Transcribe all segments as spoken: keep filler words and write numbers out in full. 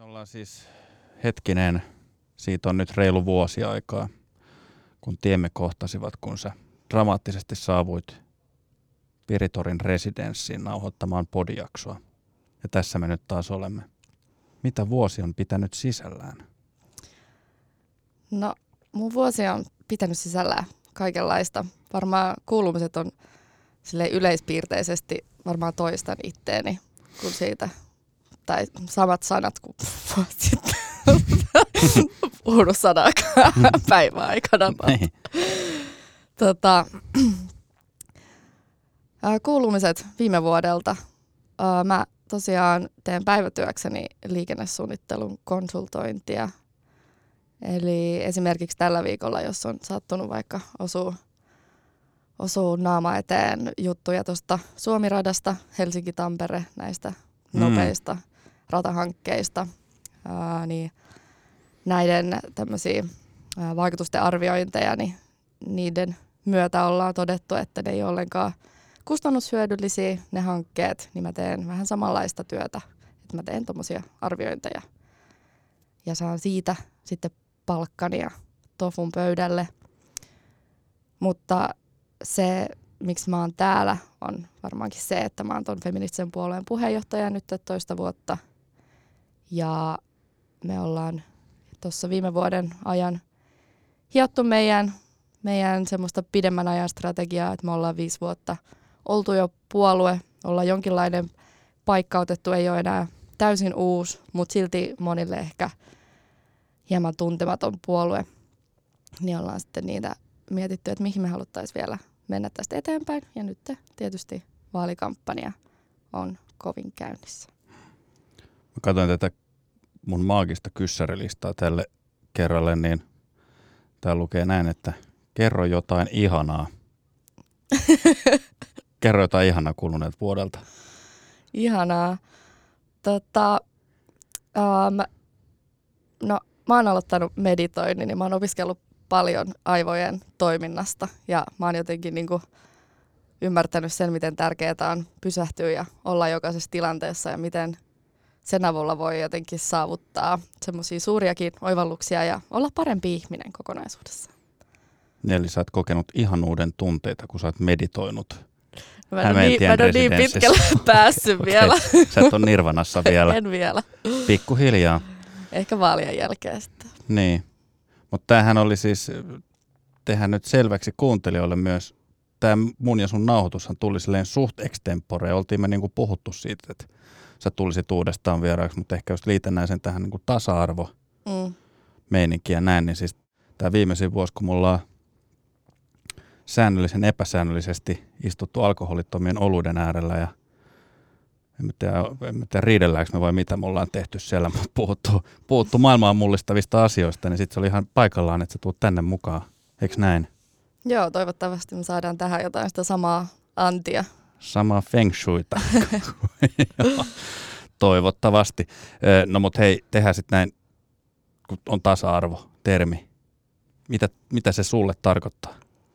Me ollaan siis hetkinen, siitä on nyt reilu vuosi aikaa, kun tiemme kohtasivat, kun sä dramaattisesti saavuit Piritorin residenssiin nauhoittamaan podijaksoa. Ja tässä me nyt taas olemme. Mitä vuosi on pitänyt sisällään? No, mun vuosi on pitänyt sisällään kaikenlaista. Varmaan kuulumiset on sille yleispiirteisesti, varmaan toistan itteeni kuin siitä, tai samat sanat kuin vuosi sitten. Puhunut sanakaan päivän aikana. Tota, kuulumiset viime vuodelta. Mä tosiaan teen päivätyökseni liikennesuunnittelun konsultointia. Eli esimerkiksi tällä viikolla, jos on sattunut vaikka osuu, osuu naama eteen juttuja tuosta Suomi-radasta, Helsinki-Tampere, näistä mm. nopeista ratahankkeista, ää, niin näiden tämmöisiä ää, vaikutusten arviointeja, niin niiden myötä ollaan todettu, että ne ei ole ollenkaan kustannushyödyllisiä ne hankkeet, niin mä teen vähän samanlaista työtä, että mä teen tommosia arviointeja ja saan siitä sitten palkkani ja tofun pöydälle. Mutta se, miksi mä oon täällä, on varmaankin se, että mä oon ton feministisen puolueen puheenjohtaja nyt toista vuotta. Ja me ollaan tuossa viime vuoden ajan hiottu meidän, meidän semmoista pidemmän ajan strategiaa, että me ollaan viisi vuotta oltu jo puolue, ollaan jonkinlainen paikka otettu, ei ole enää täysin uusi, mutta silti monille ehkä hieman tuntematon puolue, niin ollaan sitten niitä mietitty, että mihin me haluttaisiin vielä mennä tästä eteenpäin. Ja nyt tietysti vaalikampanja on kovin käynnissä. Mä katsoin tätä mun maagista kyssärilistaa tälle kerralle, niin täällä lukee näin, että kerro jotain ihanaa. Kerro jotain ihanaa kuluneelta vuodelta. Ihanaa. Tota, um, no, mä oon aloittanut meditoinnin, niin mä oon opiskellut paljon aivojen toiminnasta ja mä oon jotenkin niinku ymmärtänyt sen, miten tärkeää on pysähtyä ja olla jokaisessa tilanteessa ja miten sen avulla voi jotenkin saavuttaa semmoisia suuriakin oivalluksia ja olla parempi ihminen kokonaisuudessa. Eli sä oot kokenut ihanuuden tunteita, kun sä oot meditoinut. Mä en ole niin, niin pitkälle päässyt vielä. Okay. Sä et ole nirvanassa vielä. En vielä. Pikkuhiljaa. Ehkä vaalien jälkeen sitten. Niin. Mutta tämähän oli siis, tehdään nyt selväksi kuuntelijoille myös, tämä mun ja sun nauhoitushan tuli silleen suht extempore. Oltiin me niinku puhuttu siitä, että sä tulisit uudestaan vieraaksi, mutta ehkä jos liitännäisen tähän niinku tasa-arvo mm. meininkiä ja näin, niin siis tämä viimeisin vuosi, kun mulla on säännöllisen epäsäännöllisesti istuttu alkoholittomien oluiden äärellä ja en tiedä, en tiedä riidelläänkö me vai mitä me ollaan tehty siellä, mutta puhuttu, puhuttu maailmaa mullistavista asioista, niin sitten se oli ihan paikallaan, että sä tuut tänne mukaan. Eikö näin? Joo, toivottavasti me saadaan tähän jotain sitä samaa antia. Samaa feng shuita. Toivottavasti. No mut hei, tehdään sitten näin, kun on tasa-arvo-termi. Mitä, mitä se sulle tarkoittaa?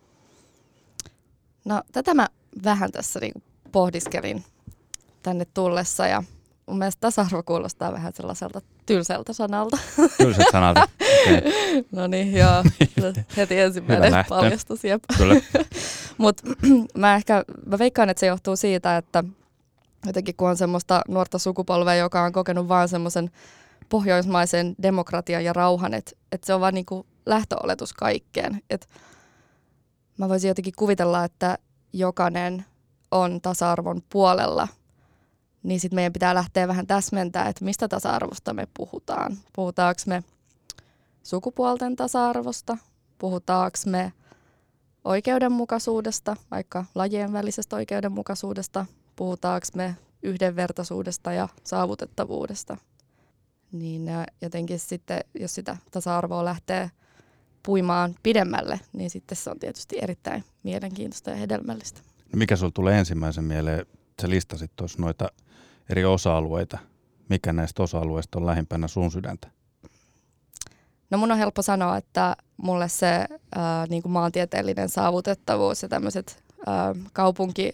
No tätä mä vähän tässä niinku pohdiskelin tänne tullessa ja mun mielestä tasa-arvo kuulostaa vähän sellaiselta tylsältä sanalta. Tylsältä sanalta, okei. Okay. No niin, joo. Heti ensimmäinen paljastus. Kyllä. Mutta mä ehkä, mä veikkaan, että se johtuu siitä, että jotenkin kun on semmoista nuorta sukupolvea, joka on kokenut vaan semmoisen pohjoismaisen demokratian ja rauhan, että et se on vaan niinku lähtöoletus kaikkeen. Et mä voisin jotenkin kuvitella, että jokainen on tasa-arvon puolella, niin sitten meidän pitää lähteä vähän täsmentää, että mistä tasa-arvosta me puhutaan. Puhutaanko me sukupuolten tasa-arvosta? Puhutaanko me oikeudenmukaisuudesta, vaikka lajien välisestä oikeudenmukaisuudesta? Puhutaanko me yhdenvertaisuudesta ja saavutettavuudesta? Niin jotenkin sitten, jos sitä tasa-arvoa lähtee puimaan pidemmälle, niin sitten se on tietysti erittäin mielenkiintoista ja hedelmällistä. No mikä sinulla tulee ensimmäisen mieleen? Sä listasit tuossa noita eri osa-alueita. Mikä näistä osa-alueista on lähimpänä sun sydäntä? No mun on helppo sanoa, että mulle se ää, niin kuin maantieteellinen saavutettavuus ja tämmöiset ää,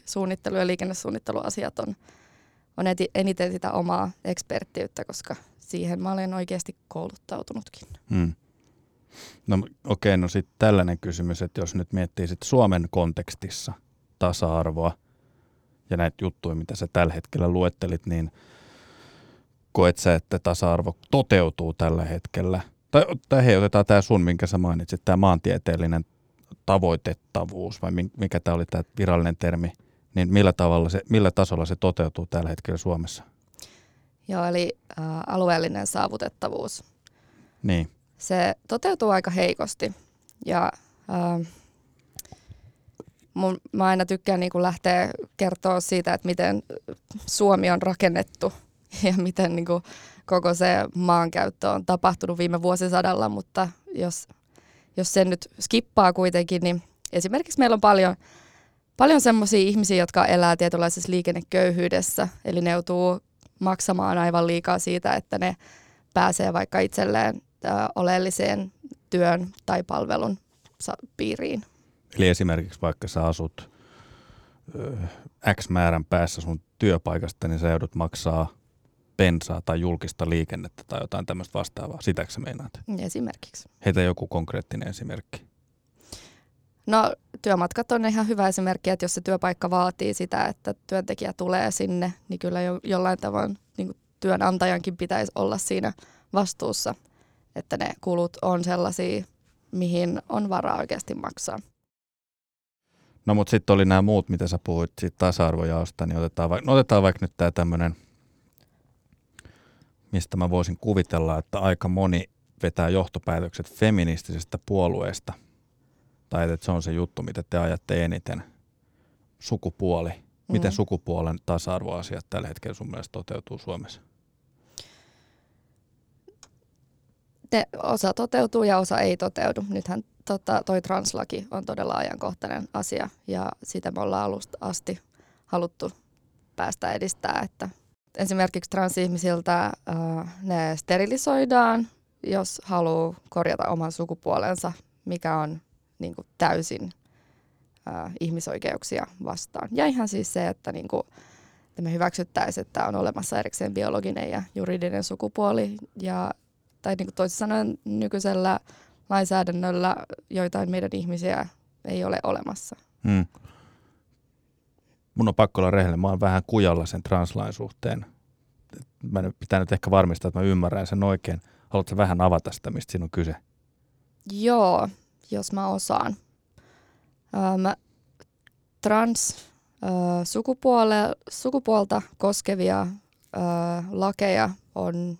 kaupunkisuunnittelu- ja liikennesuunnitteluasiat on, on eti, eniten sitä omaa eksperttiyttä, koska siihen mä olen oikeasti kouluttautunutkin. Hmm. No okei, okay, no sitten tällainen kysymys, että jos nyt miettii sit Suomen kontekstissa tasa-arvoa ja näitä juttuja, mitä sä tällä hetkellä luettelit, niin koet sä, että tasa-arvo toteutuu tällä hetkellä? Tai, tai hei, otetaan tämä sun, minkä sä mainitsit, tämä maantieteellinen tavoitettavuus, vai mikä tämä oli tämä virallinen termi, niin millä tavalla se, millä tasolla se toteutuu tällä hetkellä Suomessa? Joo, eli ä, alueellinen saavutettavuus. Niin. Se toteutuu aika heikosti ja ä, mun, mä aina tykkään niin kuin lähteä kertoa siitä, että miten Suomi on rakennettu ja miten niin kuin koko se maankäyttö on tapahtunut viime vuosisadalla, mutta jos, jos sen nyt skippaa kuitenkin, niin esimerkiksi meillä on paljon, paljon semmoisia ihmisiä, jotka elää tietynlaisessa liikenneköyhyydessä, eli ne joutuu maksamaan aivan liikaa siitä, että ne pääsee vaikka itselleen ä, oleelliseen työn tai palvelun piiriin. Eli esimerkiksi vaikka sä asut ö, X määrän päässä sun työpaikasta, niin sä joudut maksaa bensaa tai julkista liikennettä tai jotain tämmöistä vastaavaa. Sitäkö sä meinaat? Esimerkiksi. Heitä joku konkreettinen esimerkki. No työmatkat on ihan hyvä esimerkki, että jos se työpaikka vaatii sitä, että työntekijä tulee sinne, niin kyllä jo, jollain tavalla niin kuin työnantajankin pitäisi olla siinä vastuussa, että ne kulut on sellaisia, mihin on varaa oikeasti maksaa. No mutta sitten oli nämä muut, mitä sä puhuit siitä tasa-arvojaosta, niin otetaan, va- no, otetaan vaikka nyt tämä tämmöinen, mistä mä voisin kuvitella, että aika moni vetää johtopäätökset feministisestä puolueesta. Tai että se on se juttu, mitä te ajatte eniten. Sukupuoli. Miten mm. sukupuolen tasa-arvoasiat tällä hetkellä sun mielestä toteutuu Suomessa? Te, osa toteutuu ja osa ei toteudu. Nythän tota, toi translaki on todella ajankohtainen asia ja sitä me ollaan alusta asti haluttu päästä edistää. Että esimerkiksi transihmisiltä äh, ne sterilisoidaan, jos haluaa korjata oman sukupuolensa, mikä on niin kuin täysin äh, ihmisoikeuksia vastaan. Ja ihan siis se, että, niin kuin, että me hyväksyttäisiin, että on olemassa erikseen biologinen ja juridinen sukupuoli. Ja, tai niin kuin toisin sanoen nykyisellä lainsäädännöllä joitain meidän ihmisiä ei ole olemassa. Hmm. Mun on pakko olla rehellinen. Mä oon vähän kujalla sen translain suhteen. Mä pitää nyt ehkä varmistaa, että mä ymmärrän sen oikein. Haluatko vähän avata sitä, mistä siinä on kyse? Joo, jos mä osaan. Ähm, trans äh, sukupuole, sukupuolta koskevia äh, lakeja on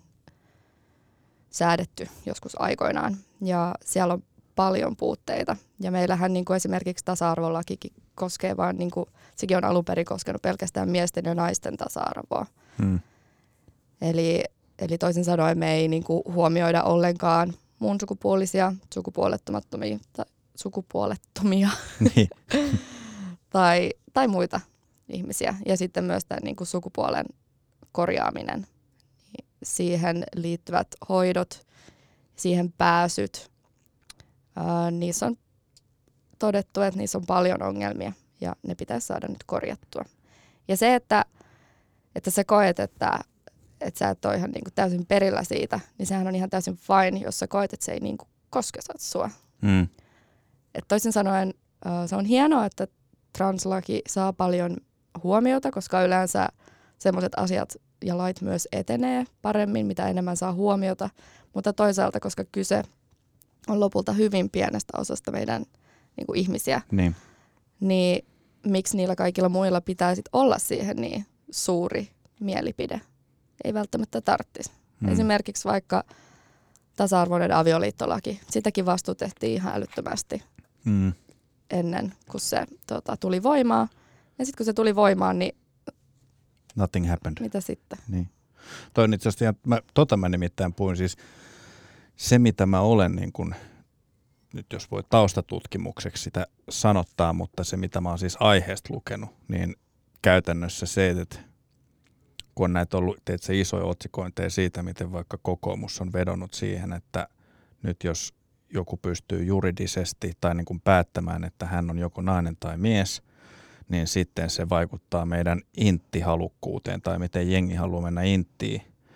säädetty joskus aikoinaan ja siellä on paljon puutteita. Ja meillähän niin kuin esimerkiksi tasa-arvolakikin koskee vaan, niin kuin, sekin on alun perin koskenut pelkästään miesten ja naisten tasa-arvoa. Hmm. Eli, eli toisin sanoen me ei niin kuin huomioida ollenkaan muun sukupuolisia, sukupuolettomattomia tai sukupuolettomia niin. tai, tai muita ihmisiä. Ja sitten myös tämän niin kuin sukupuolen korjaaminen, siihen liittyvät hoidot, siihen pääsyt. Ää, niissä on todettu, että niissä on paljon ongelmia ja ne pitäisi saada nyt korjattua. Ja se, että, että sä koet, että, että sä et ole ihan niin kuin täysin perillä siitä, niin sehän on ihan täysin fine, jos sä koet, että se ei niin kuin kosketa sua. Mm. Et toisin sanoen se on hienoa, että translaki saa paljon huomiota, koska yleensä sellaiset asiat ja lait myös etenee paremmin, mitä enemmän saa huomiota, mutta toisaalta, koska kyse on lopulta hyvin pienestä osasta meidän niin kuin ihmisiä, niin. niin miksi niillä kaikilla muilla pitäisi olla siihen niin suuri mielipide? Ei välttämättä tarvitsisi. Hmm. Esimerkiksi vaikka tasa-arvoinen avioliittolaki, sitäkin vastuutettiin ihan älyttömästi hmm. ennen kuin se tota, tuli voimaan. Ja sitten kun se tuli voimaan, niin nothing happened. Mitä sitten? Niin. Toi on itse asiassa, mä, tota mä nimittäin puhuin siis, se mitä mä olen niin kun, nyt jos voi taustatutkimukseksi sitä sanottaa, mutta se mitä mä oon siis aiheesta lukenut, niin käytännössä se, että kun on näitä ollut teet isoja otsikointeja siitä, miten vaikka kokoomus on vedonnut siihen, että nyt jos joku pystyy juridisesti tai niin kuin päättämään, että hän on joko nainen tai mies, niin sitten se vaikuttaa meidän inttihalukkuuteen tai miten jengi haluaa mennä inttiin.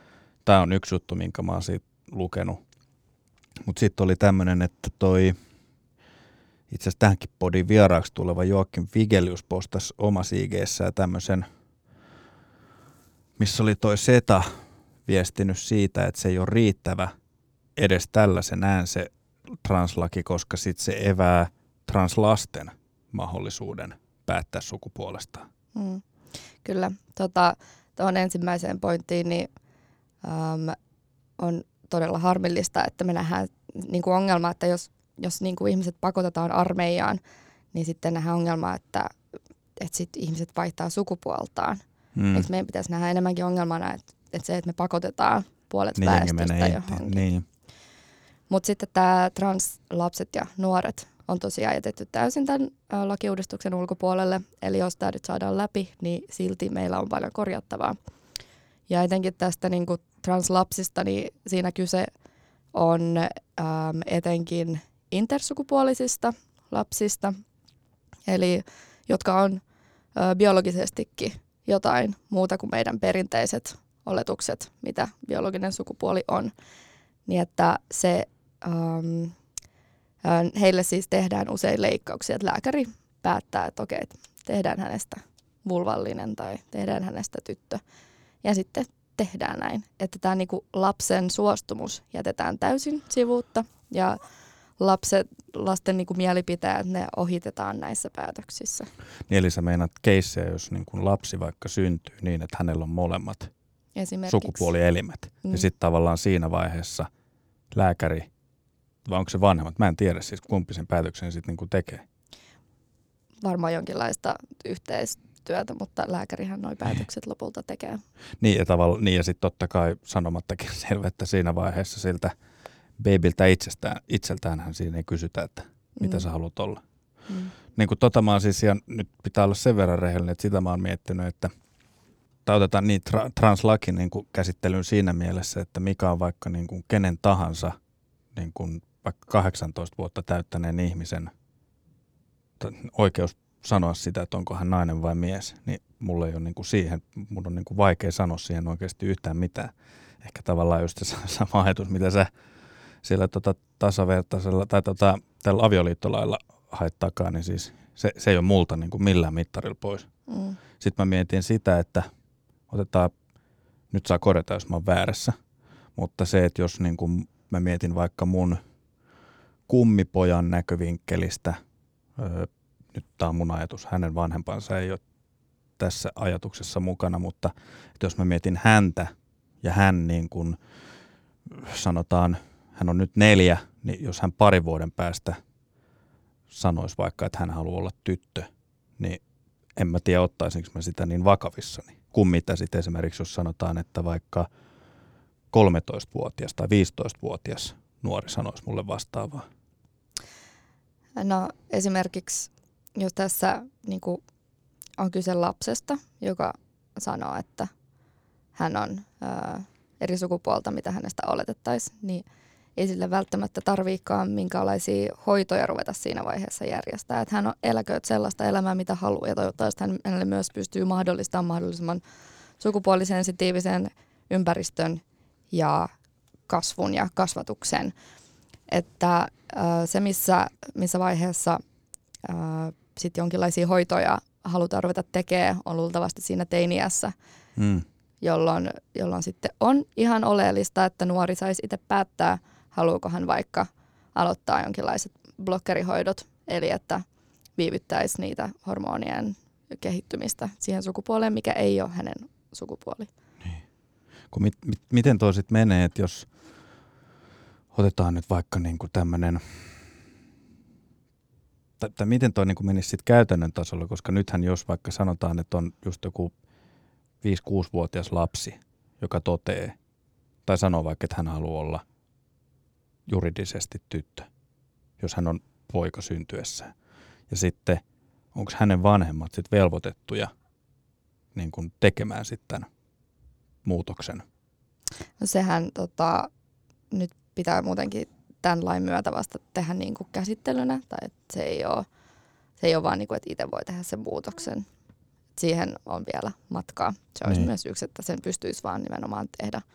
Tämä on yksi juttu, minkä mä oon siitä lukenut. Mutta sitten oli tämmöinen, että toi itse asiassa tähänkin podin vieraaksi tuleva Joakim Vigelius postasi omassa I G:ssään tämmöisen, missä oli toi Seta viestinyt siitä, että se ei ole riittävä edes tällaisen ään se translaki, koska sitten se evää translasten mahdollisuuden päättää sukupuolestaan. Mm. Kyllä. Tota, tuohon ensimmäiseen pointtiin niin, äm, on todella harmillista, että me nähdään niin kuin ongelma, että jos, jos niin kuin ihmiset pakotetaan armeijaan, niin sitten nähdään ongelma, että, että sit ihmiset vaihtaa sukupuoltaan. Mm. Eikö meidän pitäisi nähdä enemmänkin ongelmana, että, että se, että me pakotetaan puolet niin, väestöstä johonkin. Niin. Mutta sitten tämä translapset ja nuoret on tosiaan jätetty täysin tämän lakiuudistuksen ulkopuolelle. Eli jos tämä nyt saadaan läpi, niin silti meillä on paljon korjattavaa. Ja etenkin tästä niin kuin translapsista, niin siinä kyse on äm, etenkin intersukupuolisista lapsista, eli jotka on ä, biologisestikin jotain muuta kuin meidän perinteiset oletukset, mitä biologinen sukupuoli on. Niin että se, äm, ä, heille siis tehdään usein leikkauksia, että lääkäri päättää, että okei, tehdään hänestä vulvallinen tai tehdään hänestä tyttö. Ja sitten tehdään näin, että tämä niinku lapsen suostumus jätetään täysin sivuutta ja lapset, lasten niinku mielipiteet, ne ohitetaan näissä päätöksissä. Niin eli sä meinaat keissejä, jos niinku lapsi vaikka syntyy niin, että hänellä on molemmat sukupuolielimet. Mm. Ja sitten tavallaan siinä vaiheessa lääkäri, vai onko se vanhemmat? Mä en tiedä siis, kumpi sen päätöksen sitten niinku tekee. Varmaan jonkinlaista yhteistyötä. Työtä, mutta lääkärihän nuo päätökset niin lopulta tekee. Niin ja, tavalla, niin ja sitten totta kai sanomattakin selvä, että siinä vaiheessa siltä babyltä itsestään, itseltäänhän siinä ei kysytä, että mitä mm. sä haluat olla. Mm. Niin kuin tota mä oon siis, ja nyt pitää olla sen verran rehellinen, että sitä mä oon miettinyt, että tai otetaan niin tra- translakin niin kuin käsittelyyn siinä mielessä, että mikä on vaikka niin kuin kenen tahansa niin kuin vaikka kahdeksantoista vuotta täyttäneen ihmisen oikeus sanoa sitä, että onko hän nainen vai mies, niin mulla ei ole niinku siihen, mun on niinku vaikea sanoa siihen oikeasti yhtään mitään. Ehkä tavallaan just se sama ajatus, mitä sä siellä tota tasavertaisella tai tota, tällä avioliittolailla hait takaa, niin siis se, se ei ole multa niinku millään mittarilla pois. Mm. Sitten mä mietin sitä, että otetaan, nyt saa korjata, jos mä oon väärässä, mutta se, että jos niinku mä mietin vaikka mun kummipojan näkövinkkelistä, öö, nyt tämä on mun ajatus, hänen vanhempansa ei ole tässä ajatuksessa mukana, mutta että jos mä mietin häntä ja hän niin kuin sanotaan, hän on nyt neljä, niin jos hän parin vuoden päästä sanoisi vaikka, että hän haluaa olla tyttö, niin en mä tiedä ottaisinko mä sitä niin vakavissani. Kun mitä sitten esimerkiksi, jos sanotaan, että vaikka kolmetoistavuotias tai viisitoistavuotias nuori sanoisi mulle vastaavaa. No esimerkiksi jos tässä niin kuin, on kyse lapsesta, joka sanoo, että hän on ää, eri sukupuolta, mitä hänestä oletettaisiin, niin ei sille välttämättä tarviikaan minkälaisia hoitoja ruveta siinä vaiheessa järjestää. Että hän on eläkööt sellaista elämää, mitä haluaa, ja toivottavasti hän, hänelle myös pystyy mahdollistamaan mahdollisimman sukupuolisensitiivisen ympäristön ja kasvun ja kasvatuksen. Että ää, se, missä, missä vaiheessa ää, sitten jonkinlaisia hoitoja halutaan ruveta tekemään, on luultavasti siinä teiniässä, mm. jolloin, jolloin sitten on ihan oleellista, että nuori saisi itse päättää, haluuko hän vaikka aloittaa jonkinlaiset blokkerihoidot, eli että viivyttäisi niitä hormonien kehittymistä siihen sukupuoleen, mikä ei ole hänen sukupuoli. Niin. Kun mit, mit, miten toi sitten menee, että jos otetaan nyt vaikka niinku tämmöinen, tai, tai miten toi niinku menisi sitten käytännön tasolla, koska nythän jos vaikka sanotaan, että on just joku viisi-kuusivuotias lapsi, joka totee, tai sanoo vaikka, että hän haluaa olla juridisesti tyttö, jos hän on poika syntyessään. Ja sitten onko hänen vanhemmat sitten velvoitettuja niin kuin tekemään sitten muutoksen? No sehän tota, nyt pitää muutenkin tämän lain myötä vasta tehdä niin kuin käsittelynä, tai että se ei ole, se ei ole vaan niin kuin, että itse voi tehdä sen muutoksen. Siihen on vielä matkaa. Se olisi niin. myös yksi, että sen pystyisi vaan nimenomaan tehdä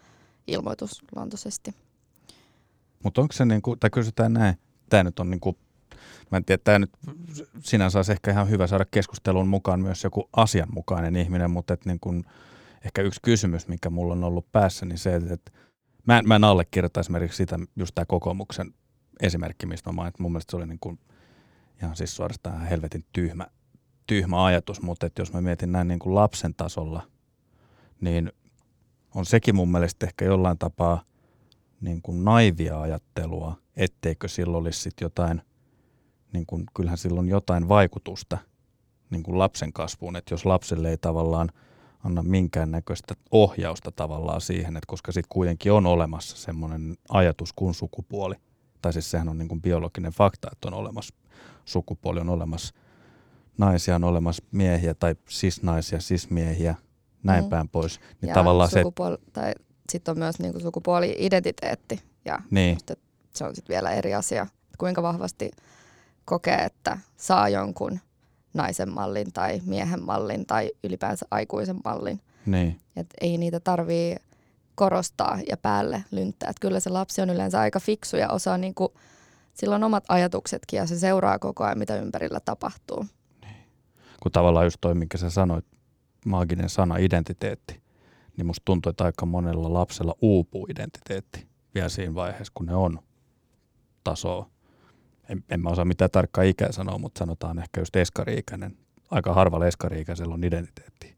ilmoitusluontoisesti. Mutta onko se, niinku, tai kysytään näin, tämä nyt on, niinku, mä en tiedä, tämä nyt sinänsä olisi ehkä ihan hyvä saada keskusteluun mukaan myös joku asianmukainen ihminen, mutta et niinku, ehkä yksi kysymys, mikä mulla on ollut päässä, niin se, että et, mä, en, mä en allekirjoita esimerkiksi sitä, just tämä kokoomuksen esimerkki, mistä mä mainitsin, mun mielestä se oli niinku, ihan siis suorastaan helvetin tyhmä, tyhmä ajatus, mutta et jos mä mietin näin niinku lapsen tasolla, niin on sekin mun mielestä ehkä jollain tapaa niin kuin naivia ajattelua, etteikö sillä olisi sit jotain, niin kuin, kyllähän sillä on jotain vaikutusta niin kuin lapsen kasvuun, että jos lapselle ei tavallaan anna minkäännäköistä ohjausta tavallaan siihen, että koska sitten kuitenkin on olemassa semmoinen ajatus kuin sukupuoli, tai siis sehän on niin kuin biologinen fakta, että on olemassa sukupuoli, on olemassa naisia, on olemassa miehiä tai cis-naisia, cis-miehiä, näin mm. päin pois. Niin ja tavallaan sukupuoli, se, tai sitten on myös niinku sukupuoli-identiteetti ja niin. musta, se on sitten vielä eri asia, kuinka vahvasti kokee, että saa jonkun naisen mallin tai miehen mallin tai ylipäänsä aikuisen mallin. Niin. Et ei niitä tarvii korostaa ja päälle lynttää. Et kyllä se lapsi on yleensä aika fiksu ja osaa niinku, sillä on omat ajatuksetkin ja se seuraa koko ajan, mitä ympärillä tapahtuu. Niin. Kun tavallaan just toi, minkä sä sanoit, maaginen sana identiteetti, niin musta tuntuu, että aika monella lapsella uupuu identiteetti vielä siinä vaiheessa, kun ne on tasoa. En, en mä osaa mitään tarkkaa ikää sanoa, mutta sanotaan ehkä just eskari-ikäinen. Aika harvalla eskari-ikäisellä on identiteetti.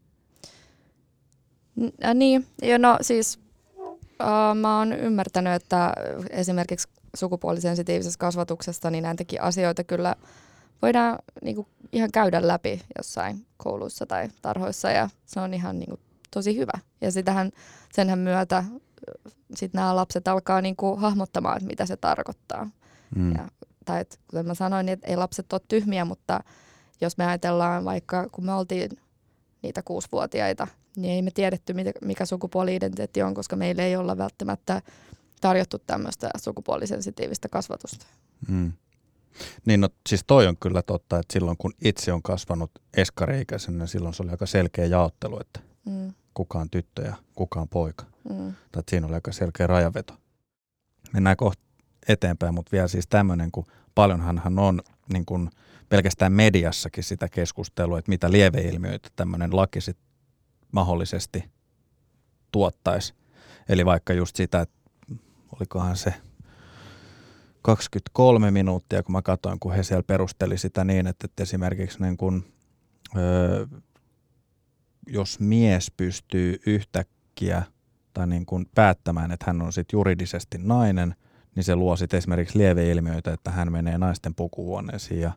N- niin, ja no siis äh, mä oon ymmärtänyt, että esimerkiksi sukupuolisensitiivisessä kasvatuksessa niin näitäkin asioita kyllä voidaan niinku ihan käydä läpi jossain kouluissa tai tarhoissa ja se on ihan niinku tosi hyvä. Ja sitähän, senhän myötä sit nämä lapset alkaa niinku hahmottamaan, että mitä se tarkoittaa. Mm. Ja, tai et, kuten mä sanoin, niin ei lapset ole tyhmiä, mutta jos me ajatellaan vaikka, kun me oltiin niitä kuusivuotiaita, niin ei me tiedetty, mikä sukupuoli-identiteetti on, koska meillä ei olla välttämättä tarjottu tämmöistä sukupuolisensitiivistä kasvatusta. Mm. Niin no siis toi on kyllä totta, että silloin kun itse on kasvanut eskari-ikäisenä, niin silloin se oli aika selkeä jaottelu, että mm. kuka on tyttö ja kuka on poika. Mm. Tai että siinä oli aika selkeä rajaveto. Mennään kohta eteenpäin, mutta vielä siis tämmöinen, kun paljonhan on niin kuin pelkästään mediassakin sitä keskustelua, että mitä lieveilmiöitä tämmöinen laki sit mahdollisesti tuottaisi. Eli vaikka just sitä, että olikohan se kaksikymmentäkolme minuuttia, kun mä katsoin, kun he siellä perusteli sitä niin, että, että esimerkiksi niin kun, öö, jos mies pystyy yhtäkkiä tai niin kun päättämään, että hän on sit juridisesti nainen, niin se luo sit esimerkiksi lieveilmiöitä, että hän menee naisten pukuhuoneisiin ja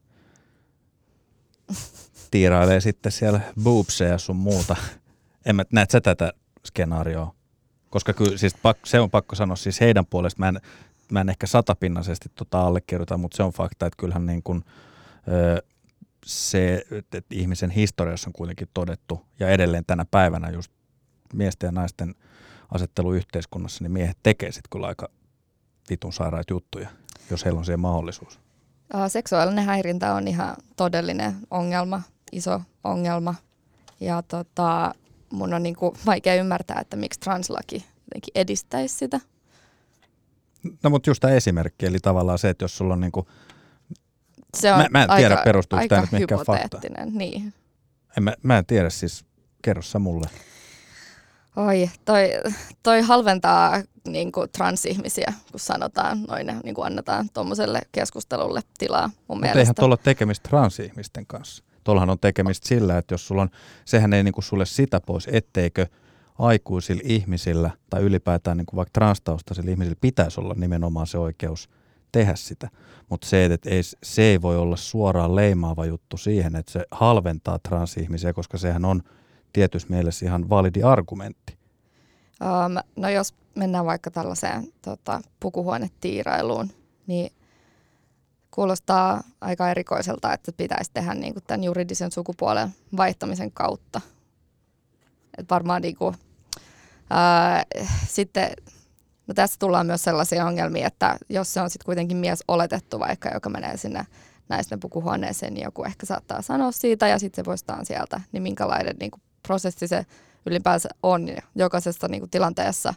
tiirailee sitten siellä boobseja sun muuta. En mä, näet sä tätä skenaarioa? Koska kyllä siis pak, se on pakko sanoa siis heidän puolesta. Mä en, mä en ehkä satapinnaisesti tota allekirjoita, mutta se on fakta, että kyllähän niin kuin, ö, se, että ihmisen historiassa on kuitenkin todettu ja edelleen tänä päivänä just miesten ja naisten asettelu yhteiskunnassa, niin miehet tekee sitten kyllä aika vitun sairaita juttuja, jos heillä on siihen mahdollisuus. Seksuaalinen häirintä on ihan todellinen ongelma, iso ongelma. Ja tota, mun on niinku vaikea ymmärtää, että miksi translaki jotenkin edistäisi sitä. No mutta just tämä esimerkki, eli tavallaan se, että jos sulla on niinku, se on mä, mä en aika, tiedä perustuuko tämä nyt mihinkään hypoteettinen, niin. En, mä, mä en tiedä siis, kerro sä mulle. Oi, toi, toi halventaa niin kuin transihmisiä, kun sanotaan noin, niin kuin annetaan tuommoiselle keskustelulle tilaa mun Mutta mielestä. eihän tuolla ole tekemistä transihmisten kanssa. Tuollahan on tekemistä sillä, että jos sulla on, sehän ei niin kuin sulle sitä pois, etteikö aikuisilla ihmisillä tai ylipäätään niin kuin vaikka transtaustaisilla ihmisillä pitäisi olla nimenomaan se oikeus tehdä sitä. Mutta se, että ei, se ei voi olla suoraan leimaava juttu siihen, että se halventaa transihmisiä, koska sehän on tietyssä mielessä ihan validi argumentti. Um, no jos mennään vaikka tällaiseen tota, pukuhuonetiirailuun, niin kuulostaa aika erikoiselta, että pitäisi tehdä niin kuin tämän juridisen sukupuolen vaihtamisen kautta. Et varmaan niin kuin, ää, sitten, no tässä tullaan myös sellaisia ongelmia, että jos se on sitten kuitenkin mies oletettu vaikka, joka menee sinne naisten pukuhuoneeseen, niin joku ehkä saattaa sanoa siitä ja sitten se poistaa sieltä, niin minkälainen niin kuin prosessi se ylipäänsä on jokaisessa niin kuin tilanteessa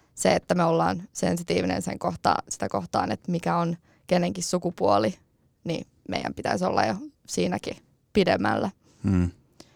se, että me ollaan sensitiivinen sen kohta, sitä kohtaan, että mikä on kenenkin sukupuoli, niin meidän pitäisi olla jo siinäkin pidemmällä. Hmm.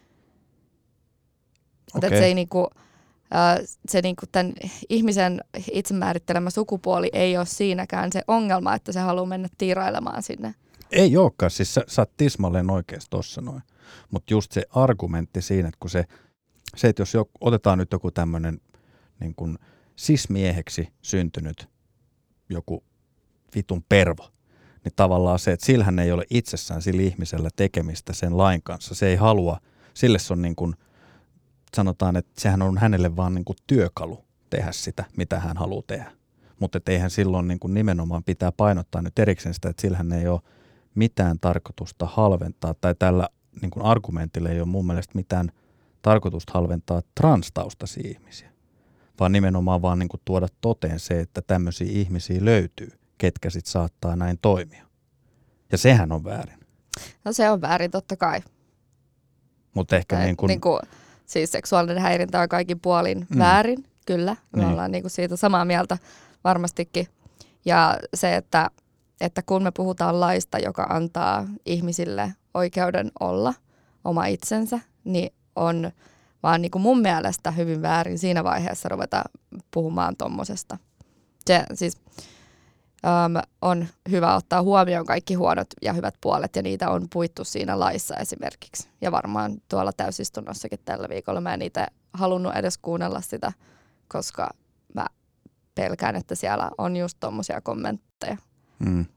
Mutta Okay. se, ei niinku, äh, se niinku tämän ihmisen itsemäärittelemä sukupuoli ei ole siinäkään se ongelma, että se haluaa mennä tiirailemaan sinne. Ei olekaan, siis sä, sä oot tismalleen oikeassa tossa noin. Mutta just se argumentti siinä, että kun se, se että jos jo, otetaan nyt joku tämmöinen niin kuin cis-mieheksi syntynyt joku vitun pervo, niin tavallaan se, että sillähän ei ole itsessään sillä ihmisellä tekemistä sen lain kanssa. Se ei halua, sille se on niin kuin, sanotaan, että sehän on hänelle vaan niin kuin työkalu tehdä sitä, mitä hän haluaa tehdä. Mutta eihän silloin niin kuin nimenomaan pitää painottaa nyt erikseen sitä, että sillähän ei ole mitään tarkoitusta halventaa, tai tällä niin kuin argumentilla ei ole mun mielestä mitään tarkoitusta halventaa transtaustaisia ihmisiä, vaan nimenomaan vaan niin kuin tuoda toteen se, että tämmöisiä ihmisiä löytyy, ketkä sitten saattaa näin toimia. Ja sehän on väärin. No se on väärin totta kai. Mutta ehkä Tai, niin kuin... niin kuin, siis seksuaalinen häirintä on kaikin puolin Mm. väärin, kyllä. Me Niin. ollaan niin kuin siitä samaa mieltä varmastikin. Ja se, että, että kun me puhutaan laista, joka antaa ihmisille oikeuden olla oma itsensä, niin on vaan niin kuin mun mielestä hyvin väärin siinä vaiheessa ruveta puhumaan tommosesta. Se siis äm, on hyvä ottaa huomioon kaikki huonot ja hyvät puolet, ja niitä on puittu siinä laissa esimerkiksi. Ja varmaan tuolla täysistunnossakin tällä viikolla mä en itse halunnut edes kuunnella sitä, koska mä pelkään, että siellä on just tommosia kommentteja. Mm.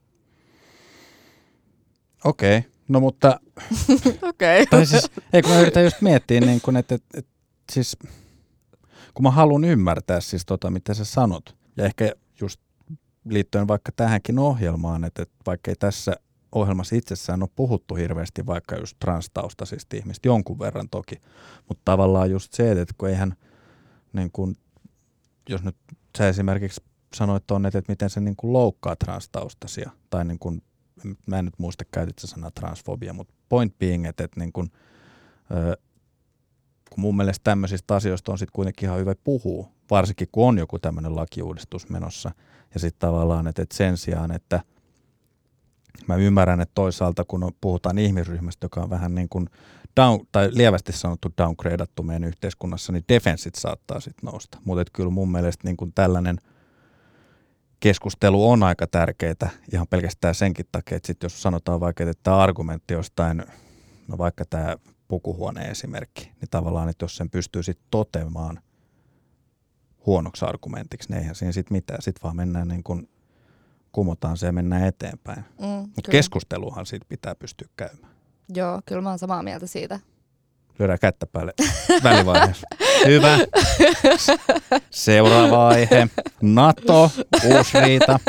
Okei, okay. No mutta... Okei. Tai siis, ei kun mä yritän just miettiä, niin kun, että, että, että siis, kun mä haluan ymmärtää siis tota, mitä sä sanot, ja ehkä just liittyen vaikka tähänkin ohjelmaan, että, että vaikka ei tässä ohjelmassa itsessään ole puhuttu hirveästi vaikka just transtaustaisista ihmistä, jonkun verran toki, mutta tavallaan just se, että kun eihän, niin kun, jos nyt sä esimerkiksi sanoit tuonne, että miten se niin kun loukkaa transtaustaisia, tai niin kun, mä en nyt muista käytit se sana transfobia, mutta point being, että, että niin kun, ö, kun mun mielestä tämmöisistä asioista on sitten kuitenkin ihan hyvä puhua, varsinkin kun on joku tämmöinen lakiuudistus menossa. Ja sitten tavallaan, että, että sen sijaan, että mä ymmärrän, että toisaalta kun puhutaan ihmisryhmästä, joka on vähän niin kuin down, tai lievästi sanottu downgradattu meidän yhteiskunnassa, niin defenssit saattaa sitten nousta. Mutta kyllä mun mielestä niin kuin tällainen keskustelu on aika tärkeää ihan pelkästään senkin takia, että sit jos sanotaan vaikka, että tämä argumentti jostain, no vaikka tämä pukuhuoneen esimerkki, niin tavallaan, että jos sen pystyy sitten toteamaan huonoksi argumentiksi, niin eihän siinä sitten mitään. Sitten vaan mennään niin kuin, kumotaan se ja mennään eteenpäin. Mm, Mutta keskusteluhan siitä pitää pystyä käymään. Joo, kyllä mä oon samaa mieltä siitä. Lyödään kättä päälle välivaiheessa. Hyvä. Seuraava aihe. NATO, uusi riita.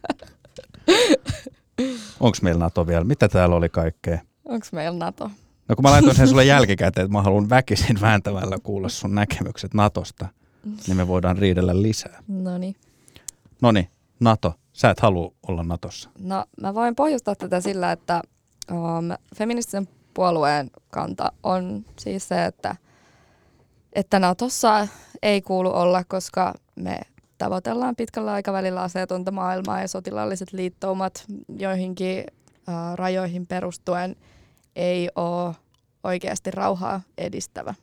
Onko meillä NATO vielä? Mitä täällä oli kaikkea? Onko meillä NATO? No kun mä laitoin sen sulle jälkikäteen, että mä haluan väkisin vääntävällä kuulla sun näkemykset NATOsta, niin me voidaan riidellä lisää. Noniin. Noniin, NATO. Sä et halua olla NATOssa. No mä voin pohjustaa tätä sillä, että um, feministisen puolueen kanta on siis se, että, että NATOssa ei kuulu olla, koska me tavoitellaan pitkällä aikavälillä aseetonta maailmaa ja sotilaalliset liittoumat joihinkin uh, rajoihin perustuen ei ole oikeasti rauhaa edistävä.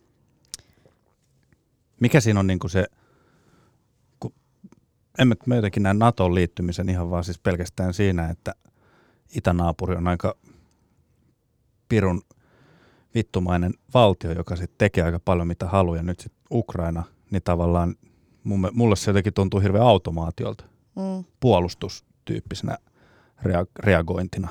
Mikä siinä on niinku se, kun en mä jotenkin näe NATOon liittymisen ihan vaan siis pelkästään siinä, että itänaapuri on aika pirun vittumainen valtio, joka sitten tekee aika paljon mitä haluaa, ja nyt sitten Ukraina, niin tavallaan mulle se jotenkin tuntuu hirveän automaatiolta, mm. puolustustyyppisenä rea- reagointina.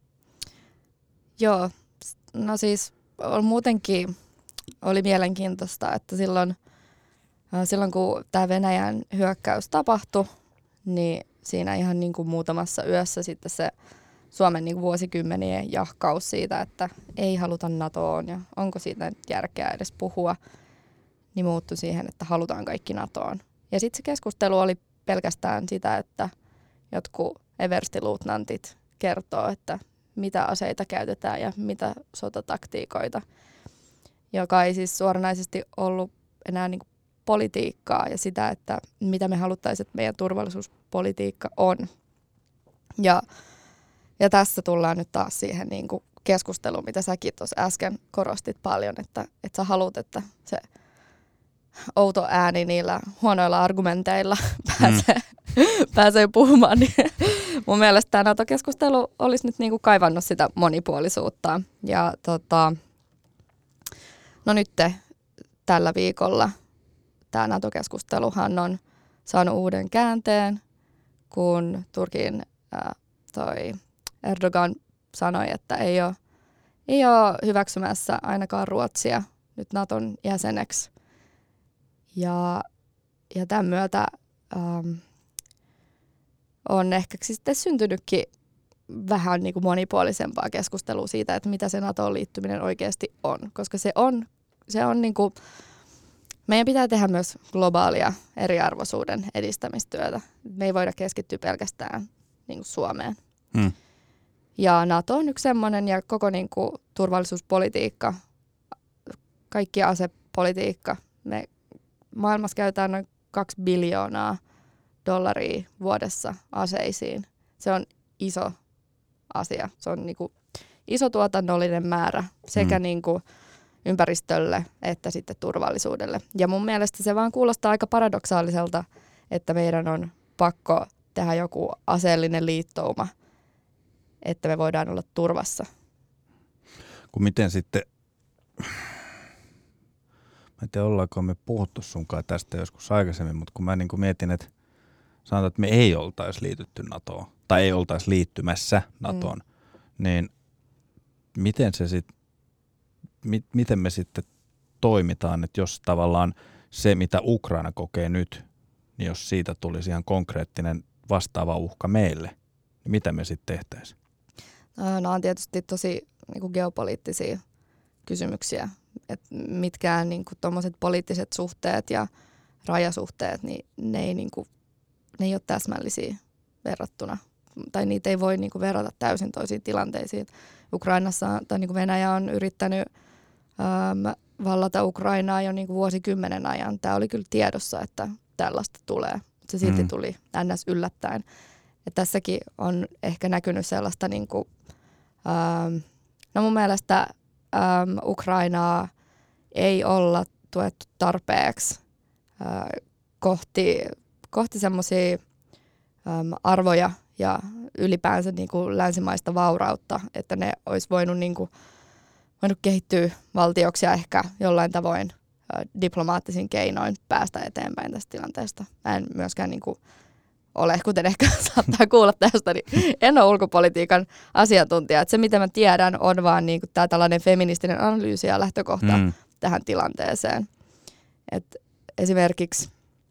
Joo, no siis muutenkin oli mielenkiintoista, että silloin, silloin kun tämä Venäjän hyökkäys tapahtui, niin siinä ihan niin kuin muutamassa yössä sitten se Suomen niin kuin vuosikymmenien jahkaus siitä, että ei haluta NATOon ja onko siitä järkeä edes puhua, niin muuttui siihen, että halutaan kaikki NATOon. Ja sitten se keskustelu oli pelkästään sitä, että jotkut everstiluutnantit kertoo, että mitä aseita käytetään ja mitä sotataktiikoita, joka ei siis suoranaisesti ollut enää niin kuin turvallisuuspolitiikkaa ja sitä, että mitä me haluttaisiin, että meidän turvallisuuspolitiikka on. Ja, ja tässä tullaan nyt taas siihen niin kuin keskusteluun, mitä säkin tuossa äsken korostit paljon, että, että sä haluat, että se outo ääni niillä huonoilla argumenteilla pääsee, mm. pääsee puhumaan. Niin mun mielestä tämä NATO-keskustelu olisi nyt niin kuin kaivannut sitä monipuolisuutta. Ja tota, no nyt tällä viikolla tämä NATO-keskusteluhan on saanut uuden käänteen, kun Turkin ää, toi Erdogan sanoi, että ei ole, ei ole hyväksymässä ainakaan Ruotsia nyt Naton jäseneksi. Ja, ja tämän myötä ähm, on ehkä sitten syntynytkin vähän niin kuin monipuolisempaa keskustelua siitä, että mitä se NATOon liittyminen oikeasti on. Koska se on, se on niin kuin, meidän pitää tehdä myös globaalia eriarvoisuuden edistämistyötä. Me ei voida keskittyä pelkästään niin kuin Suomeen. Hmm. Ja NATO on yksi semmoinen ja koko niin kuin turvallisuuspolitiikka, kaikki asepolitiikka. Me maailmassa käytetään noin kaksi biljoonaa dollaria vuodessa aseisiin. Se on iso asia. Se on niin kuin iso tuotannollinen määrä sekä mm. niin kuin ympäristölle että sitten turvallisuudelle. Ja mun mielestä se vaan kuulostaa aika paradoksaaliselta, että meidän on pakko tehdä joku aseellinen liittouma, että me voidaan olla turvassa. Kun miten sitten, mä en tiedä ollaanko me puhuttu sunkaan tästä joskus aikaisemmin, mutta kun mä niin kuin mietin, että sanotaan, että me ei oltaisi liitytty NATOon, tai ei oltaisi liittymässä NATOon, mm. niin miten se sit, mi, miten me sitten toimitaan, että jos tavallaan se, mitä Ukraina kokee nyt, niin jos siitä tulisi ihan konkreettinen vastaava uhka meille, niin mitä me sitten tehtäisiin? Nämä on tietysti tosi niin kuin geopoliittisia kysymyksiä, että mitkään niin kuin tommoset poliittiset suhteet ja rajasuhteet, niin ne ei, niin kuin, ne ei ole täsmällisiä verrattuna, tai niitä ei voi niin kuin verrata täysin toisiin tilanteisiin. Ukrainassa tai niin kuin Venäjä on yrittänyt äm, vallata Ukrainaa jo niin kuin vuosikymmenen ajan. Tämä oli kyllä tiedossa, että tällaista tulee, mutta se silti mm. tuli ns. Yllättäen. Ja tässäkin on ehkä näkynyt sellaista, niin kuin, ähm, no mun mielestä ähm, Ukrainaa ei olla tuettu tarpeeksi äh, kohti, kohti semmoisia ähm, arvoja ja ylipäänsä niin kuin länsimaista vaurautta, että ne olisi voinut, niin kuin, voinut kehittyä valtioksi ja ehkä jollain tavoin äh, diplomaattisin keinoin päästä eteenpäin tästä tilanteesta. Mä en myöskään niin kuin, ole, kuten ehkä saattaa kuulla tästä, niin en ole ulkopolitiikan asiantuntija. Että se, mitä mä tiedän, on vaan niin kuin tämä tällainen feministinen analyysi ja lähtökohta mm. tähän tilanteeseen. Et esimerkiksi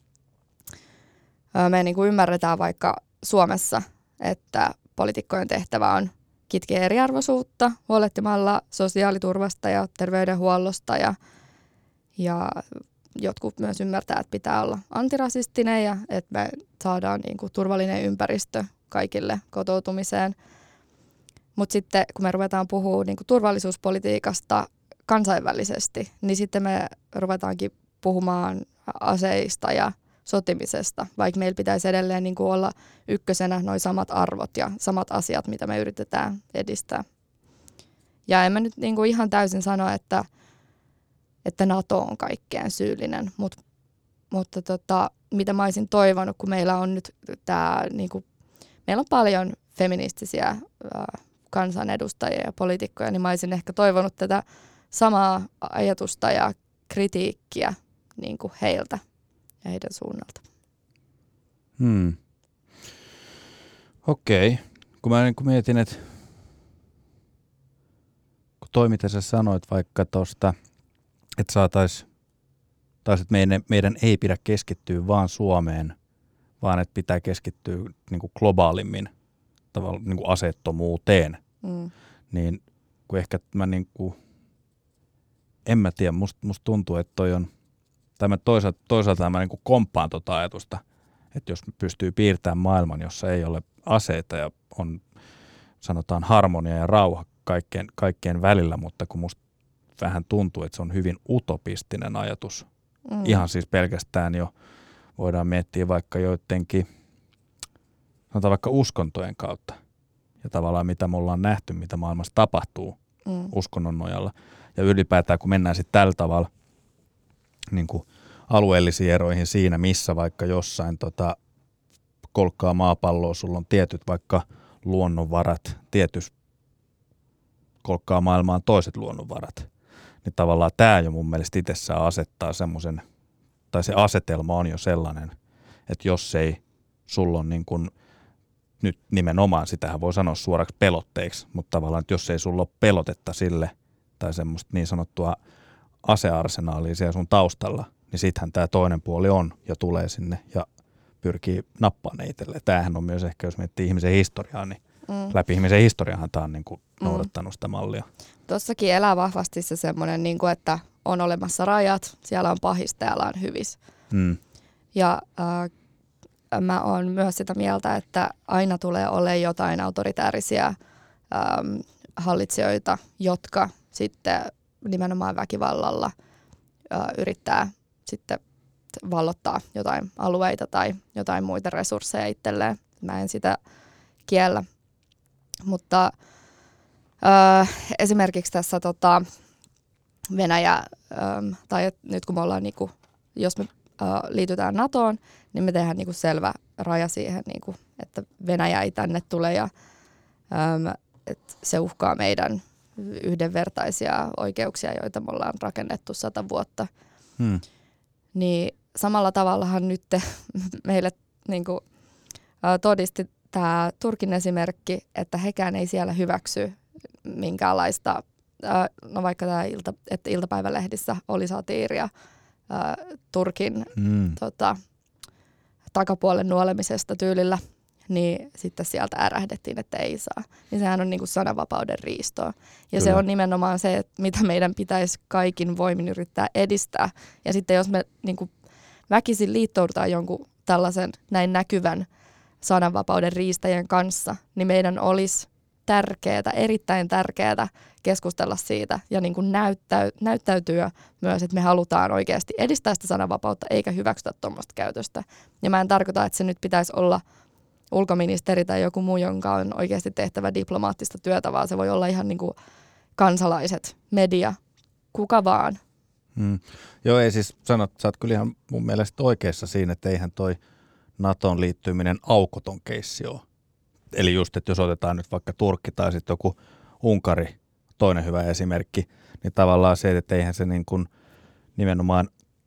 me niin kuin ymmärretään vaikka Suomessa, että poliitikkojen tehtävä on kitkeä eriarvoisuutta huolehtimalla sosiaaliturvasta ja terveydenhuollosta ja, ja jotkut myös ymmärtää, että pitää olla antirasistinen ja että me saadaan niin kuin turvallinen ympäristö kaikille kotoutumiseen. Mutta sitten kun me ruvetaan puhumaan niin kuin turvallisuuspolitiikasta kansainvälisesti, niin sitten me ruvetaankin puhumaan aseista ja sotimisesta, vaikka meillä pitäisi edelleen niin kuin olla ykkösenä nuo samat arvot ja samat asiat, mitä me yritetään edistää. Ja en mä nyt niin kuin ihan täysin sano, että että NATO on kaikkeen syyllinen, Mut, mutta tota, mitä mä olisin toivonut, kun meillä on nyt tää, niinku, meillä on paljon feministisiä äh, kansanedustajia ja poliitikkoja, niin mä olisin ehkä toivonut tätä samaa ajatusta ja kritiikkiä niinku heiltä ja heidän suunnalta. Hmm. Okei, okay. Kun mä niin kun mietin, että kun toi mitä sä sanoit vaikka tuosta, että saataisiin, taas että meidän, meidän ei pidä keskittyä vaan Suomeen, vaan että pitää keskittyä niin kuin globaalimmin tavallaan niin kuin aseettomuuteen. Mm. Niin kun ehkä mä niin kuin, en mä tiedä, musta must tuntuu, että toi on, tai mä toisaalta, toisaalta mä niin kuin komppaan tota ajatusta, että jos pystyy piirtämään maailman, jossa ei ole aseita ja on sanotaan harmonia ja rauha kaikkien, kaikkien välillä, mutta kun musta vähän tuntuu, että se on hyvin utopistinen ajatus, Mm. Ihan siis pelkästään jo voidaan miettiä vaikka joidenkin, sanotaan vaikka uskontojen kautta. Ja tavallaan mitä me ollaan nähty, mitä maailmassa tapahtuu mm. uskonnon nojalla. Ja ylipäätään kun mennään sitten tällä tavalla niin kuin alueellisiin eroihin siinä, missä vaikka jossain tota, kolkkaa maapalloa, sulla on tietyt vaikka luonnonvarat, tietyt kolkkaa maailmaan toiset luonnonvarat. Niin tavallaan tämä jo mun mielestä itsessään asettaa semmoisen, tai se asetelma on jo sellainen, että jos ei sulla on niin kuin, nyt nimenomaan, sitähän voi sanoa suoraksi pelotteiksi, mutta tavallaan, että jos ei sulla ole pelotetta sille, tai semmoista niin sanottua asearsenaalia siellä sun taustalla, niin sittenhän tämä toinen puoli on ja tulee sinne ja pyrkii nappaamaan itselleen. Tämähän on myös ehkä, jos miettii ihmisen historiaa, niin mm. läpi ihmisen historiahan tämä on niin kuin noudattanut mm. sitä mallia. Tuossakin elää vahvasti se semmoinen, niin kuin, että on olemassa rajat, siellä on pahista ja on hyvissä. Mm. Ja äh, mä oon myös sitä mieltä, että aina tulee olemaan jotain autoritäärisiä ähm, hallitsijoita, jotka sitten nimenomaan väkivallalla äh, yrittää sitten vallottaa jotain alueita tai jotain muita resursseja itselleen. Mä en sitä kiellä. Mutta äh, esimerkiksi tässä tota, Venäjä, ähm, tai nyt kun me ollaan, niinku, jos me äh, liitytään NATOon, niin me tehdään niinku selvä raja siihen, niinku, että Venäjä ei tänne tule ja ähm, että se uhkaa meidän yhdenvertaisia oikeuksia, joita me ollaan rakennettu sata vuotta. Hmm. Niin samalla tavallahan nyt meille niin kuin, todisti tämä Turkin esimerkki, että hekään ei siellä hyväksy minkäänlaista, no vaikka tämä ilta, että iltapäivälehdissä oli satiiria Turkin mm. tota, takapuolen nuolemisesta tyylillä, niin sitten sieltä ärähdettiin, että ei saa. Niin sehän on niin kuin sananvapauden riistoa. Ja Kyllä. se on nimenomaan se, että mitä meidän pitäisi kaikin voimin yrittää edistää. Ja sitten jos me niin kuin väkisin liittoudutaan jonkun tällaisen näin näkyvän sananvapauden riistäjän kanssa, niin meidän olisi tärkeää, erittäin tärkeää keskustella siitä ja niin kuin näyttäy, näyttäytyä myös, että me halutaan oikeasti edistää sitä sananvapautta eikä hyväksytä tuommoista käytöstä. Ja mä en tarkoita, että se nyt pitäisi olla ulkoministeri tai joku muu, jonka on oikeasti tehtävä diplomaattista työtä, vaan se voi olla ihan niin kuin kansalaiset, media, kuka vaan. Hmm. Joo, ei siis sanot, sä oot kyllä ihan mun mielestä oikeassa siinä, että eihän toi NATOon liittyminen aukoton keissi ole. Eli just, että jos otetaan nyt vaikka Turkki tai sitten joku Unkari, toinen hyvä esimerkki, niin tavallaan se, että eihän se niin kuin nimenomaan,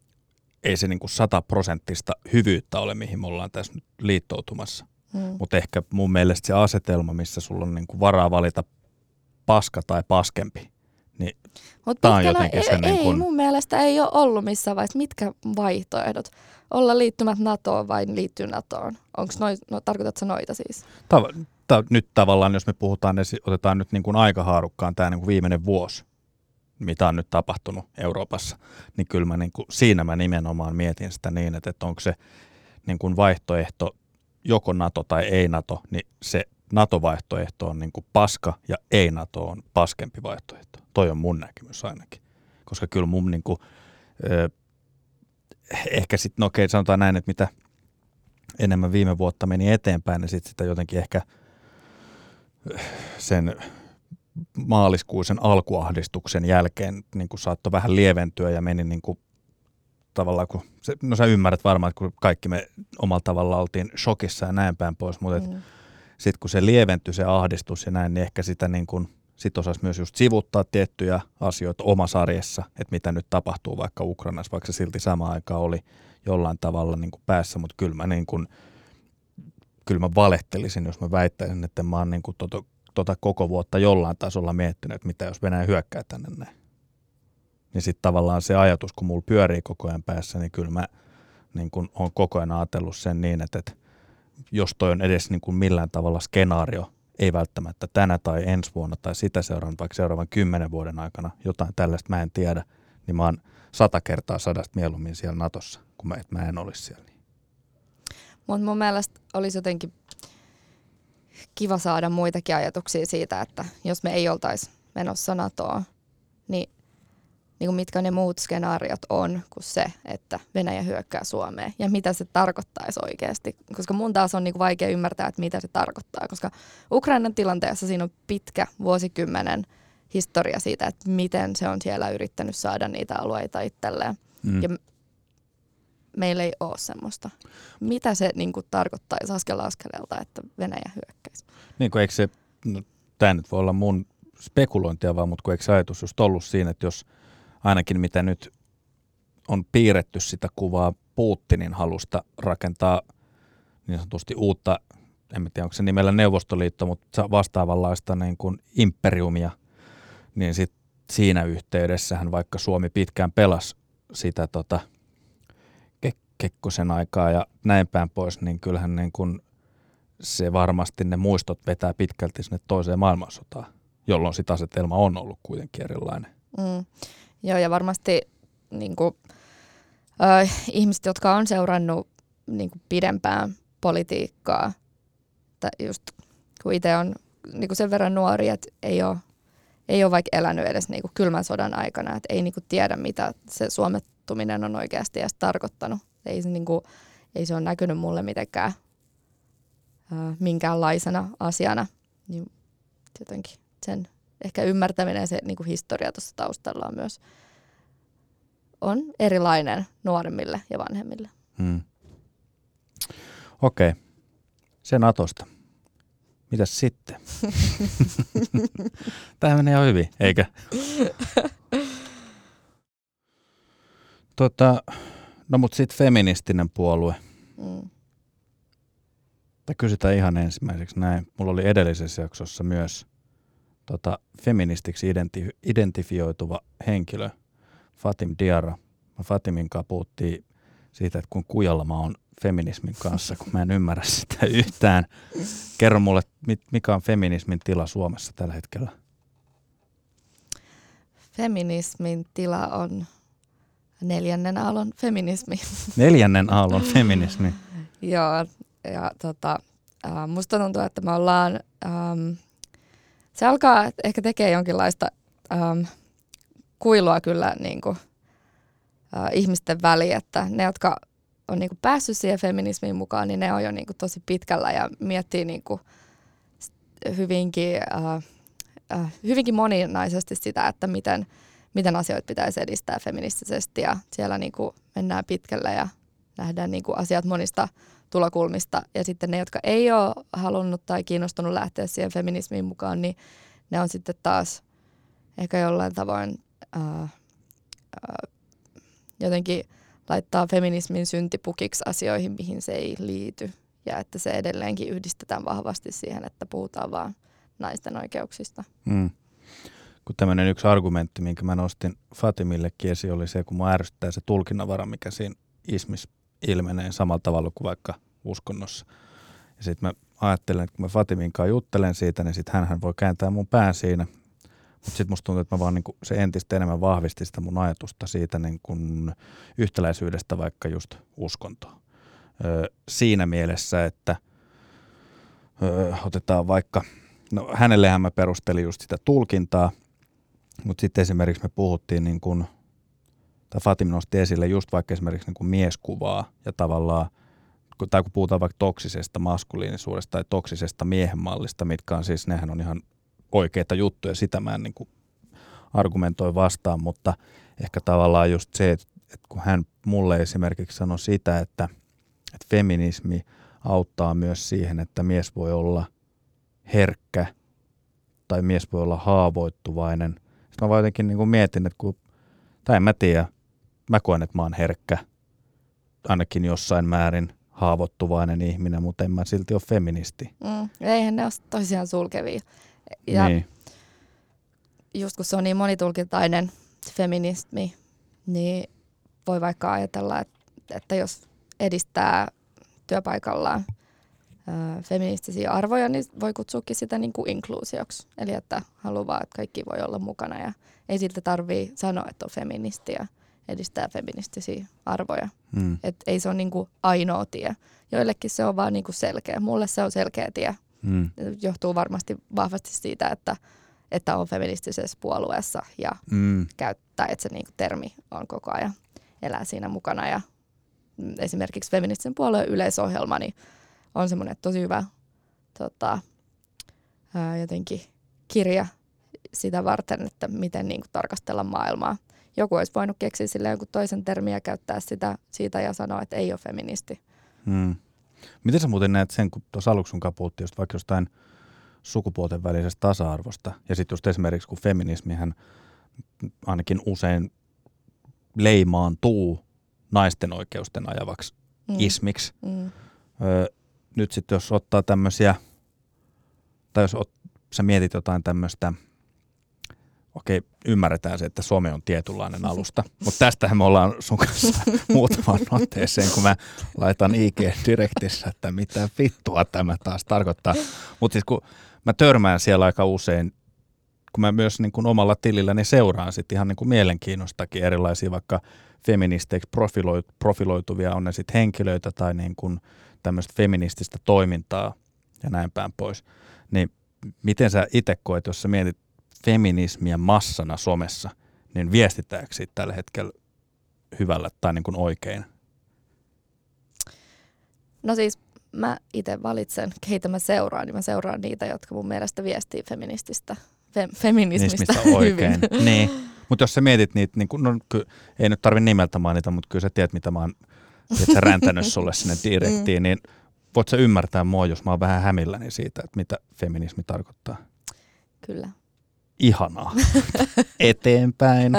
ei se niin kuin sataprosenttista hyvyyttä ole, mihin me ollaan tässä nyt liittoutumassa. Hmm. Mutta ehkä mun mielestä se asetelma, missä sulla on niin kuin varaa valita paska tai paskempi, niin tämä on jotenkin ei, se niin kuin... Ei, mun mielestä ei ole ollut missään vaiheessa. Mitkä vaihtoehdot? Olla liittymät NATOon vai liittyä NATOon? Onko noi, no, tarkoitatko noita siis? Tav- ta- nyt tavallaan, jos me puhutaan, otetaan nyt niin kuin aikahaarukkaan tämä niin kuin viimeinen vuosi, mitä on nyt tapahtunut Euroopassa, niin kyllä mä niin kuin, siinä mä nimenomaan mietin sitä niin, että, että onko se niin kuin vaihtoehto joko NATO tai ei NATO, niin se NATO-vaihtoehto on niin kuin paska ja ei NATO on paskempi vaihtoehto. Toi on mun näkemys ainakin. Koska kyllä mun niin kuin, eh, ehkä sitten, no okei, sanotaan näin, että mitä enemmän viime vuotta meni eteenpäin, niin sitten sitä jotenkin ehkä sen maaliskuisen alkuahdistuksen jälkeen niin kuin saattoi vähän lieventyä ja meni niin kuin tavallaan, kun se, no sä ymmärrät varmaan, että kun kaikki me omalla tavalla oltiin shokissa ja näin päin pois, mutta mm. sitten kun se lieventyi se ahdistus ja näin, niin ehkä sitä niin kuin, sit osasi myös just sivuttaa tiettyjä asioita omassa arjessa, että mitä nyt tapahtuu vaikka Ukrainassa, vaikka se silti samaan aikaan oli jollain tavalla niin kuin päässä, mutta kyllä mä, niin kuin, kyllä mä valehtelisin, jos mä väittäisin, että mä oon niin kuin tota, tota koko vuotta jollain tasolla miettinyt, että mitä jos Venäjä hyökkää tänne näin. Niin sitten tavallaan se ajatus, kun mulla pyörii koko ajan päässä, niin kyllä mä niin kun olen koko ajan ajatellut sen niin, että, että jos toi on edes niin kuin millään tavalla skenaario, ei välttämättä tänä tai ensi vuonna tai sitä seuraavan, vaikka seuraavan kymmenen vuoden aikana, jotain tällaista mä en tiedä, niin mä oon sata kertaa sadasta mieluummin siellä Natossa, kun mä, että mä en olisi siellä. Mutta mun mielestä olisi jotenkin kiva saada muitakin ajatuksia siitä, että jos me ei oltaisi menossa NATOon, niin niin kuin mitkä ne muut skenaariot on kuin se, että Venäjä hyökkää Suomeen ja mitä se tarkoittaisi oikeasti. Koska mun taas on niin kuin vaikea ymmärtää, että mitä se tarkoittaa, koska Ukrainan tilanteessa siinä on pitkä vuosikymmenen historia siitä, että miten se on siellä yrittänyt saada niitä alueita itselleen. Mm. Ja meillä ei ole semmoista. Mitä se niin kuin tarkoittaisi askel askeleelta, että Venäjä hyökkäisi? Niin kuin eikö se, no, tämä nyt voi olla mun spekulointia vaan, mutta kun eikö se ajatus just ollut siinä, että jos ainakin mitä nyt on piirretty sitä kuvaa Putinin halusta rakentaa niin sanotusti uutta, en tiedä onko se nimellä Neuvostoliitto, mutta vastaavanlaista niin kuin imperiumia, niin sit siinä yhteydessähän vaikka Suomi pitkään pelasi sitä tota, Kekkosen aikaa ja näin päin pois, niin kyllähän niin kuin se varmasti ne muistot vetää pitkälti sinne toiseen maailmansotaan, jolloin sitä asetelma on ollut kuitenkin erilainen. Mm. Joo, ja varmasti niin kuin, äh, ihmiset, jotka on seurannut niin kuin pidempään politiikkaa, just kun itse on niin kuin sen verran nuori, että ei ole, ei ole vaikka elänyt edes niin kuin kylmän sodan aikana, että ei niin kuin tiedä, mitä se suomettuminen on oikeasti edes tarkoittanut. Ei se, niin kuin, ei se ole näkynyt mulle mitenkään äh, minkäänlaisena asiana. Niin jotenkin sen ehkä ymmärtäminen ja se niin kuin historia tuossa taustalla on myös on erilainen nuoremmille ja vanhemmille. Hmm. Okei. Okay. Se Natosta. Mitäs sitten? Tämä menee ihan hyvin, eikö? tota, no mutta sitten feministinen puolue. Mm. Tai kysytään ihan ensimmäiseksi näin. Mulla oli edellisessä jaksossa myös tota, feministiksi identif- identifioituva henkilö, Fatim Diarra. Mä Fatimin kanssa puhuttiin siitä, että kun kujalla mä oon feminismin kanssa, kun mä en ymmärrä sitä yhtään. Kerro mulle, mikä on feminismin tila Suomessa tällä hetkellä? Feminismin tila on neljännen aallon feminismi. Neljännen aallon feminismi? Joo, ja tota, äh, musta tuntuu, että me ollaan, ähm, se alkaa ehkä tekee jonkinlaista ähm, kuilua kyllä niin kuin, äh, ihmisten väliin, että ne, jotka on niin kuin päässyt siihen feminismiin mukaan, niin ne on jo niin kuin tosi pitkällä ja miettii niin kuin hyvinkin, äh, äh, hyvinkin moninaisesti sitä, että miten, miten asioita pitäisi edistää feministisesti ja siellä niin kuin mennään pitkälle ja nähdään niin kuin asiat monista tulokulmista. Ja sitten ne, jotka ei ole halunnut tai kiinnostunut lähteä siihen feminismiin mukaan, niin ne on sitten taas ehkä jollain tavoin äh, äh, jotenkin laittaa feminismin syntipukiksi asioihin, mihin se ei liity. Ja että se edelleenkin yhdistetään vahvasti siihen, että puhutaan vaan naisten oikeuksista. Mm. Kun tämmöinen yksi argumentti, minkä mä nostin Fatimillekin esiin, oli se, kun mua ärsyttää se tulkinnanvara, mikä siinä ismissä ilmenee samalla tavalla kuin vaikka uskonnossa. Ja sitten mä ajattelen, että kun mä Fatimin kanssa juttelen siitä, niin sitten hänhän voi kääntää mun pään siinä. Mutta sitten musta tuntuu, että mä vaan niinku se entistä enemmän vahvisti sitä mun ajatusta siitä niinku yhtäläisyydestä vaikka just uskontoa. Öö, siinä mielessä, että öö, otetaan vaikka, no hänellehän mä perustelin just sitä tulkintaa, mutta sitten esimerkiksi me puhuttiin, niin kun, tai Fatim nosti esille just vaikka esimerkiksi niin kun mieskuvaa ja tavallaan, tai kun puhutaan vaikka toksisesta maskuliinisuudesta tai toksisesta miehenmallista, mitkä on siis, nehän on ihan oikeita juttuja, sitä mä en niin kuin argumentoi vastaan, mutta ehkä tavallaan just se, että, että kun hän mulle esimerkiksi sanoi sitä, että, että feminismi auttaa myös siihen, että mies voi olla herkkä tai mies voi olla haavoittuvainen. Sitten mä vaan jotenkin niin kuin mietin, että kun, tai en mä tiedä, mä koen, että mä oon herkkä, ainakin jossain määrin haavoittuvainen ihminen, mutta en mä silti ole feministi. Mm, eihän ne ole toisiaan sulkevia. Ja niin. Just kun se on niin monitulkintainen feminismi, niin voi vaikka ajatella, että, että jos edistää työpaikallaan ää, feministisiä arvoja, niin voi kutsuakin sitä niin kuin inkluusioksi. Eli että haluaa, että kaikki voi olla mukana ja ei siltä tarvitse sanoa, että on feministi ja edistää feministisiä arvoja. Hmm. Että ei se ole niin kuin ainoa tie. Joillekin se on vaan niin kuin selkeä. Mulle se on selkeä tie. Hmm. Johtuu varmasti vahvasti siitä, että, että on feministisessä puolueessa ja mm. käyttää, että se niin kuin termi on koko ajan elää siinä mukana. Ja esimerkiksi feministisen puolueen yleisohjelma niin on semmoinen tosi hyvä tota, ää, jotenkin kirja sitä varten, että miten niin kuin tarkastella maailmaa. Joku olisi voinut keksiä sille jonkun toisen termiä ja käyttää sitä siitä ja sanoa, että ei ole feministi. Hmm. Miten sä muuten näet sen, kun tuossa aluksi sunkaan puhuttiin just vaikka jostain sukupuolten välisestä tasa-arvosta ja sitten just esimerkiksi kun feminismihän ainakin usein leimaantuu naisten oikeusten ajavaksi mm. ismiksi. Mm. Öö, nyt sitten jos ottaa tämmöisiä, tai jos ot, sä mietit jotain tämmöistä, okei, ymmärretään se, että some on tietynlainen alusta, mutta tästähän me ollaan sun kanssa muutaman otteeseen, kun mä laitan I G-direktissä, että mitä vittua tämä taas tarkoittaa. Mutta siis kun mä törmään siellä aika usein, kun mä myös niin kuin omalla tililläni seuraan sit ihan niin kuin mielenkiinnostakin erilaisia vaikka feministeiksi profiloituvia, on ne sitten henkilöitä tai niin kuin tämmöistä feminististä toimintaa ja näin päin pois. Niin miten sä itse koet, jos sä mietit feminismiä massana somessa, niin viestitäänkö siitä tällä hetkellä hyvällä tai niin kuin oikein? No siis mä itse valitsen, keitä mä seuraan, niin mä seuraan niitä, jotka mun mielestä viestii feminististä, fe- feminismistä oikein. Niin. Mutta jos sä mietit niitä, niin kun, no, ky, ei nyt tarvitse nimeltä mainita, mutta kyllä sä tiedät, mitä mä oon tiedät, sä räntänyt sulle sinne direktiin, niin voit sä ymmärtää mua, jos mä oon vähän hämilläni siitä, että mitä feminismi tarkoittaa? Kyllä. Ihanaa. Eteenpäin.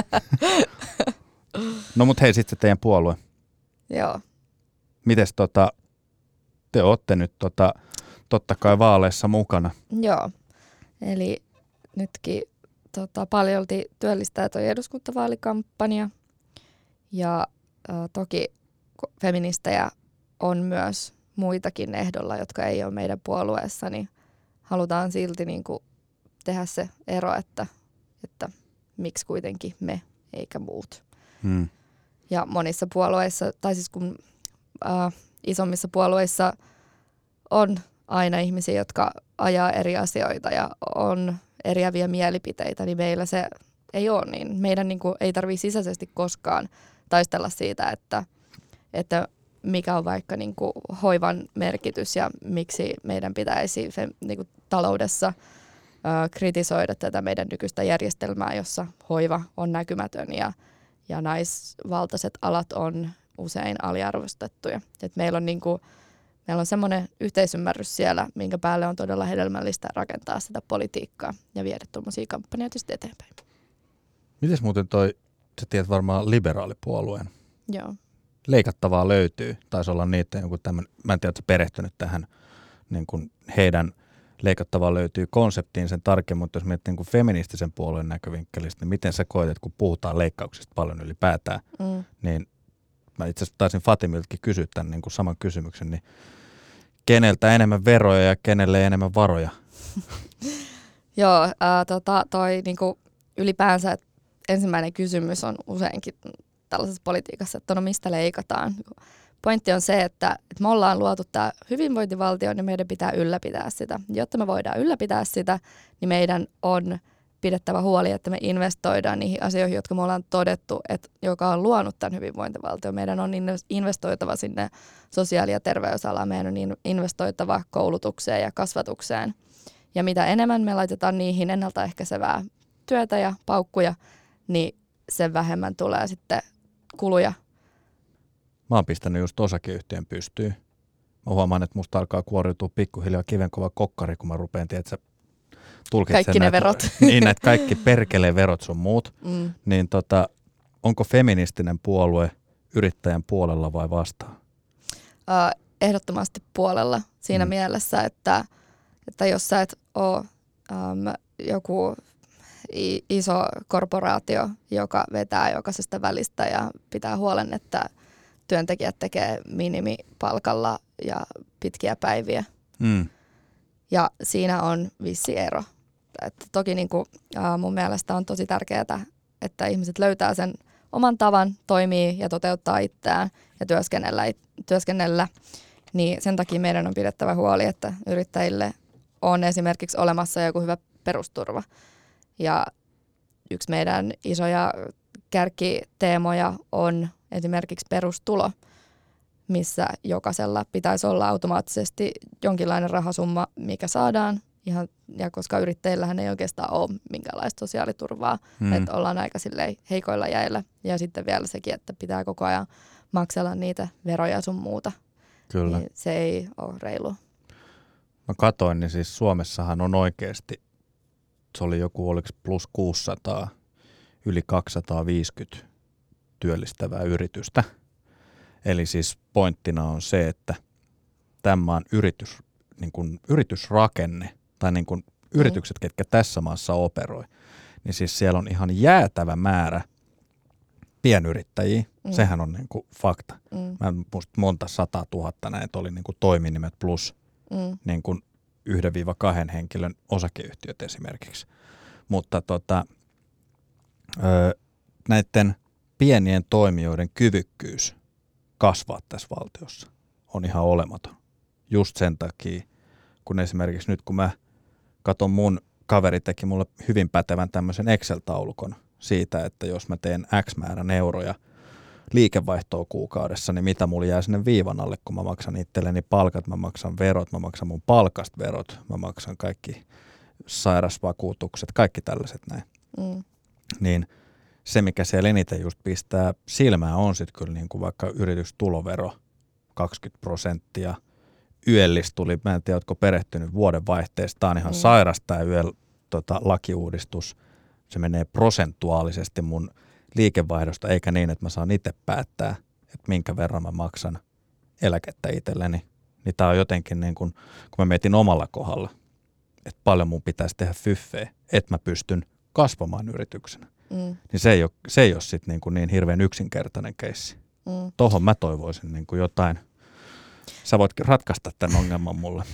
No mut hei, sitten se teidän puolue. Joo. Mites tota, te ootte nyt tota, totta kai vaaleissa mukana? Joo, eli nytkin tota, paljolti työllistää toi eduskuntavaalikampanja ja ä, toki feministejä on myös muitakin ehdolla, jotka ei ole meidän puolueessa, niin halutaan silti niin kuin tehdä se ero, että, että miksi kuitenkin me eikä muut. Hmm. Ja monissa puolueissa, tai siis kun äh, isommissa puolueissa on aina ihmisiä, jotka ajaa eri asioita ja on eriäviä mielipiteitä, niin meillä se ei ole niin. Meidän niin kuin, ei tarvitse sisäisesti koskaan taistella siitä, että, että mikä on vaikka niin kuin hoivan merkitys ja miksi meidän pitäisi se, niin kuin taloudessa ä, kritisoida tätä meidän nykyistä järjestelmää, jossa hoiva on näkymätön ja, ja naisvaltaiset alat on usein aliarvostettuja. Et meillä on, niin kuin, meillä on semmoinen yhteisymmärrys siellä, minkä päälle on todella hedelmällistä rakentaa sitä politiikkaa ja viedä tuommoisia kampanjoita sitten eteenpäin. Mites muuten toi, sä tiedät varmaan liberaalipuolueen? Joo. Leikattavaa löytyy. Taisi olla niitä joku tämmöinen, mä en tiedä, että sä perehtynyt tähän niin kuin heidän leikattavaa löytyy konseptiin sen tarkemmin, mutta jos miettii niin kuin feministisen puolueen näkövinkkelistä, niin miten sä koet, että kun puhutaan leikkauksista paljon ylipäätään, mm. niin mä itse asiassa taisin Fatimiltakin kysyä tämän niin kuin saman kysymyksen, niin keneltä enemmän veroja ja kenelle enemmän varoja? Joo, äh, tota, toi niin kuin ylipäänsä ensimmäinen kysymys on useinkin tällaisessa politiikassa, että no mistä leikataan. Pointti on se, että, että me ollaan luotu tämä hyvinvointivaltio, niin meidän pitää ylläpitää sitä. Jotta me voidaan ylläpitää sitä, niin meidän on pidettävä huoli, että me investoidaan niihin asioihin, jotka me ollaan todettu, että joka on luonut tämän hyvinvointivaltion. Meidän on investoitava sinne sosiaali- ja terveysalaan, meidän on investoitava koulutukseen ja kasvatukseen. Ja mitä enemmän me laitetaan niihin ennaltaehkäisevää työtä ja paukkuja, niin sen vähemmän tulee sitten kuluja. Mä oon pistänyt just osakeyhtiön pystyyn. Mä huomaan, että musta alkaa kuoriutua pikkuhiljaa kivenkova kokkari, kun mä rupean, tiedätkö, tulkitsemaan kaikki ne näitä, verot. Niin, näitä kaikki perkeleen verot sun muut. Mm. Niin tota, onko feministinen puolue yrittäjän puolella vai vastaan? Uh, ehdottomasti puolella siinä mm. mielessä, että, että jos sä et ole um, joku iso korporaatio, joka vetää jokaisesta välistä ja pitää huolen, että työntekijät tekee minimipalkalla ja pitkiä päiviä. Mm. Ja siinä on vissi ero. Että toki niin kuin, ää, mun mielestä on tosi tärkeää, että ihmiset löytää sen oman tavan, toimii ja toteuttaa itseään ja työskennellä, työskennellä. Niin sen takia meidän on pidettävä huoli, että yrittäjille on esimerkiksi olemassa joku hyvä perusturva. Ja yksi meidän isoja kärkiteemoja on esimerkiksi perustulo, missä jokaisella pitäisi olla automaattisesti jonkinlainen rahasumma, mikä saadaan. Ihan, ja koska yrittäjillähän ei oikeastaan ole minkäänlaista sosiaaliturvaa, mm. että ollaan aika heikoilla jäillä. Ja sitten vielä sekin, että pitää koko ajan maksella niitä veroja sun muuta. Kyllä. Niin se ei ole reilua. Mä katoin, niin siis Suomessahan on oikeasti, se oli joku, oliko plus kuusisataa, yli kaksisataaviisikymmentä työllistävää yritystä. Eli siis pointtina on se, että tämän maan yritys, niin kuin yritysrakenne tai niin kuin mm. yritykset, ketkä tässä maassa operoi, niin siis siellä on ihan jäätävä määrä pienyrittäjiä. Mm. Sehän on niin kuin fakta. Mm. Mä en muista monta sata tuhatta näitä oli niin kuin toiminimet plus mm. niin kuin yhden viiva kahden henkilön osakeyhtiöt esimerkiksi. Mutta tota, ö, näiden pienien toimijoiden kyvykkyys kasvaa tässä valtiossa on ihan olematon. Just sen takia, kun esimerkiksi nyt kun mä katson, mun kaveri teki mulle hyvin pätevän tämmöisen Excel-taulukon siitä, että jos mä teen X määrän euroja liikevaihtoa kuukaudessa, niin mitä mulla jää sinne viivan alle, kun mä maksan itselleni palkat, mä maksan verot, mä maksan mun palkasta verot, mä maksan kaikki sairasvakuutukset, kaikki tällaiset näin. Mm. Niin se, mikä siellä eniten just pistää silmään, on sitten kyllä niin kuin vaikka yritystulovero kaksikymmentä prosenttia. Yöllis tuli, mä en tiedä, ootko perehtynyt vuodenvaihteessa. Tämä on ihan mm. sairas tämä yöl tota, lakiuudistus. Se menee prosentuaalisesti mun liikevaihdosta, eikä niin, että mä saan itse päättää, että minkä verran mä maksan eläkettä itselleni. Niin tämä on jotenkin niin kuin, kun mä mietin omalla kohdalla, että paljon mun pitäisi tehdä fyffeä, että mä pystyn kasvamaan yrityksenä. Mm. Niin se ei ole, se ei ole sit niin, kuin niin hirveän yksinkertainen keissi. Mm. Tohon mä toivoisin niin kuin jotain. Sä voit ratkaista tämän ongelman mulle.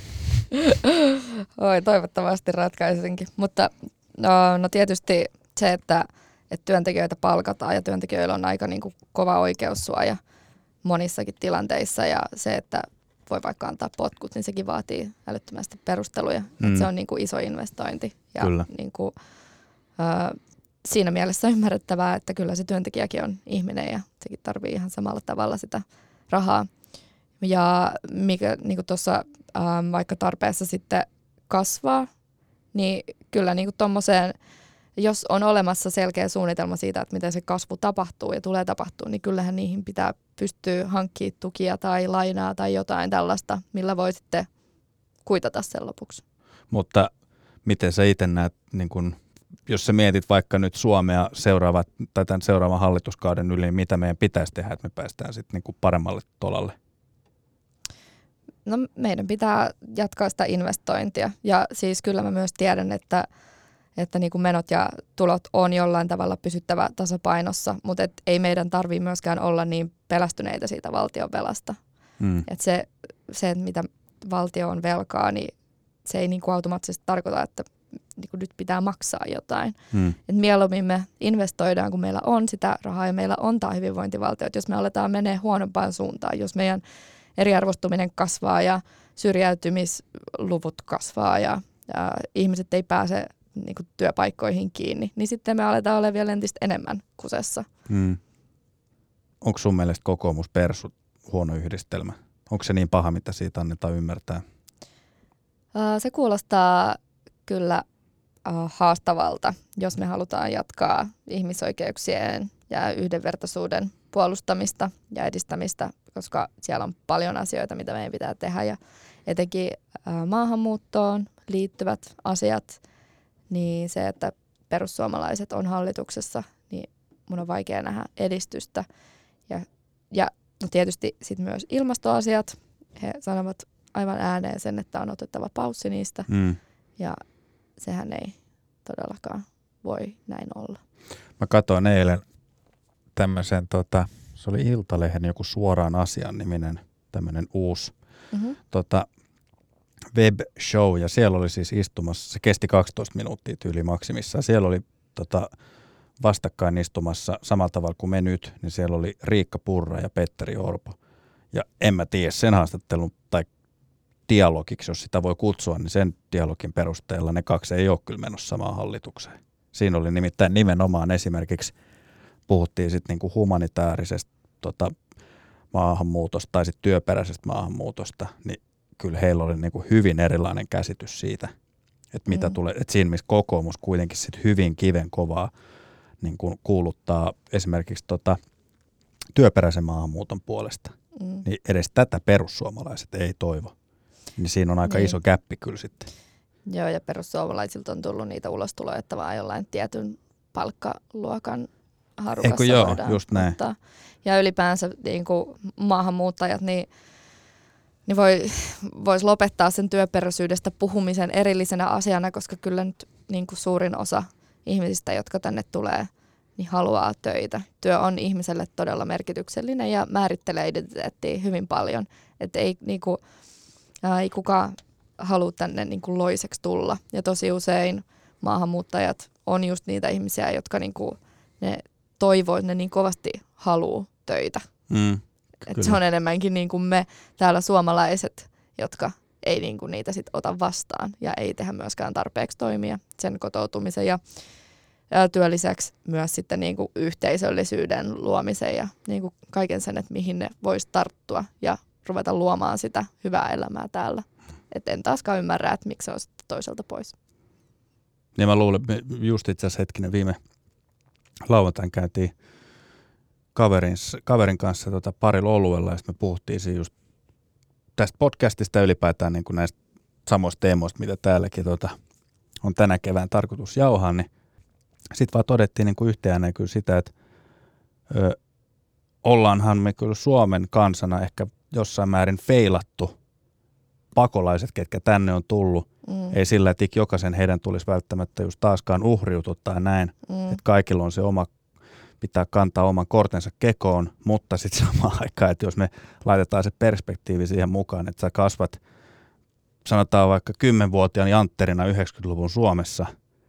Oi, toivottavasti ratkaisinkin. Mutta no, no tietysti se, että, että työntekijöitä palkataan ja työntekijöillä on aika niin kuin kova oikeussuoja monissakin tilanteissa. Ja se, että voi vaikka antaa potkut, niin sekin vaatii älyttömästi perusteluja. Mm. Että se on niin kuin iso investointi. Ja kyllä. Niin kuin, äh, siinä mielessä ymmärrettävää, että kyllä se työntekijäkin on ihminen ja sekin tarvii ihan samalla tavalla sitä rahaa. Ja mikä niin kuin tuossa ähm, vaikka tarpeessa sitten kasvaa, niin kyllä niin kuin tommoseen, jos on olemassa selkeä suunnitelma siitä, että miten se kasvu tapahtuu ja tulee tapahtuu, niin kyllähän niihin pitää pystyä hankkimaan tukia tai lainaa tai jotain tällaista, millä voi sitten kuitata sen lopuksi. Mutta miten sä itse näet, niin kun, jos sä mietit vaikka nyt Suomea seuraavat, tai tämän seuraavan hallituskauden yli, niin mitä meidän pitäisi tehdä, että me päästään sitten niin kuin paremmalle tolalle? No meidän pitää jatkaa sitä investointia ja siis kyllä mä myös tiedän, että, että niin kuin menot ja tulot on jollain tavalla pysyttävä tasapainossa, mutta et ei meidän tarvitse myöskään olla niin pelästyneitä siitä valtion velasta. Mm. Et se, se, mitä valtio on velkaa, niin se ei niin kuin automaattisesti tarkoita, että niin kuin nyt pitää maksaa jotain. Mm. Et mieluummin me investoidaan, kun meillä on sitä rahaa ja meillä on tämä hyvinvointivaltio. Et jos me aletaan menee huonompaan suuntaan, jos meidän eriarvostuminen kasvaa ja syrjäytymisluvut kasvaa ja, ja ihmiset ei pääse niin kuin työpaikkoihin kiinni, niin sitten me aletaan olla vielä entistä enemmän kusessa. Hmm. Onko sun mielestä kokoomus persu huono yhdistelmä? Onko se niin paha, mitä siitä annetaan ymmärtää? Se kuulostaa kyllä haastavalta, jos me halutaan jatkaa ihmisoikeuksien ja yhdenvertaisuuden puolustamista ja edistämistä, koska siellä on paljon asioita, mitä meidän pitää tehdä ja etenkin maahanmuuttoon liittyvät asiat, niin se, että perussuomalaiset on hallituksessa, niin mun on vaikea nähdä edistystä. Ja, ja no tietysti sit myös ilmastoasiat, he sanovat aivan ääneen sen, että on otettava paussi niistä mm. ja sehän ei todellakaan voi näin olla. Mä katsoin eilen tämmöisen, tota, se oli Iltalehden joku Suoraan asian niminen tämmöinen uusi mm-hmm. tota, web-show, ja siellä oli siis istumassa, se kesti kaksitoista minuuttia tyyli maksimissaan, siellä oli tota, vastakkain istumassa samalla tavalla kuin me nyt, niin siellä oli Riikka Purra ja Petteri Orpo, ja en mä tiedä sen haastattelun tai dialogiksi, jos sitä voi kutsua, niin sen dialogin perusteella ne kaksi ei ole kyllä menossa samaan hallitukseen. Siinä oli nimittäin nimenomaan esimerkiksi, puhuttiin sitten niinku humanitaarisesta tota, maahanmuutosta tai sitten työperäisestä maahanmuutosta, niin kyllä heillä oli niinku hyvin erilainen käsitys siitä, että mitä mm. tulee, että siinä missä kokoomus kuitenkin sit hyvin kiven kovaa niin kuin kuuluttaa esimerkiksi tota, työperäisen maahanmuuton puolesta, mm. niin edes tätä perussuomalaiset ei toivo. Niin siinä on aika niin. iso gäppi kyllä sitten. Joo, ja perussuomalaisilta on tullut niitä ulostuloja, että vaan jollain tietyn palkkaluokan harukassa joo, voidaan just näin. ottaa. Ja ylipäänsä niin kuin maahanmuuttajat, niin, niin voi, voisi lopettaa sen työperäisyydestä puhumisen erillisenä asiana, koska kyllä nyt niin kuin suurin osa ihmisistä, jotka tänne tulee, niin haluaa töitä. Työ on ihmiselle todella merkityksellinen ja määrittelee identiteettiä hyvin paljon. Että ei, niin kuin, ää, ei kukaan halua tänne niin kuin loiseksi tulla. Ja tosi usein maahanmuuttajat on just niitä ihmisiä, jotka niin kuin, ne toivoo, että ne niin kovasti haluaa töitä. Mm, että se on enemmänkin niin kuin me täällä suomalaiset, jotka ei niin kuin niitä sit ota vastaan ja ei tehdä myöskään tarpeeksi toimia sen kotoutumisen ja, ja työn lisäksi myös sitten niin kuin yhteisöllisyyden luomisen ja niin kuin kaiken sen, että mihin ne vois tarttua ja ruveta luomaan sitä hyvää elämää täällä. Et en taaskaan ymmärrä, että miksi se on sitten toiselta pois. Niin mä luulen, just itse asiassa hetkinen viime lauantain käytiin kaverin, kaverin kanssa tota parilla oluella ja sitten me puhuttiin siinä just tästä podcastista ylipäätään niin kuin näistä samoista teemoista, mitä täälläkin tota, on tänä kevään tarkoitus jauhaa, niin sitten vaan todettiin niin kuin yhteen ääneen kyllä sitä, että ö, ollaanhan me kyllä Suomen kansana ehkä jossain määrin feilattu pakolaiset, ketkä tänne on tullut. Mm. Ei sillä, että jokaisen heidän tulisi välttämättä just taaskaan uhriutua tai näin, mm. että kaikilla on se oma, pitää kantaa oman kortensa kekoon, mutta sitten samaan aikaan, että jos me laitetaan se perspektiivi siihen mukaan, että sä kasvat, sanotaan vaikka kymmenvuotiaan jantterina yhdeksänkymmentäluvun Suomessa,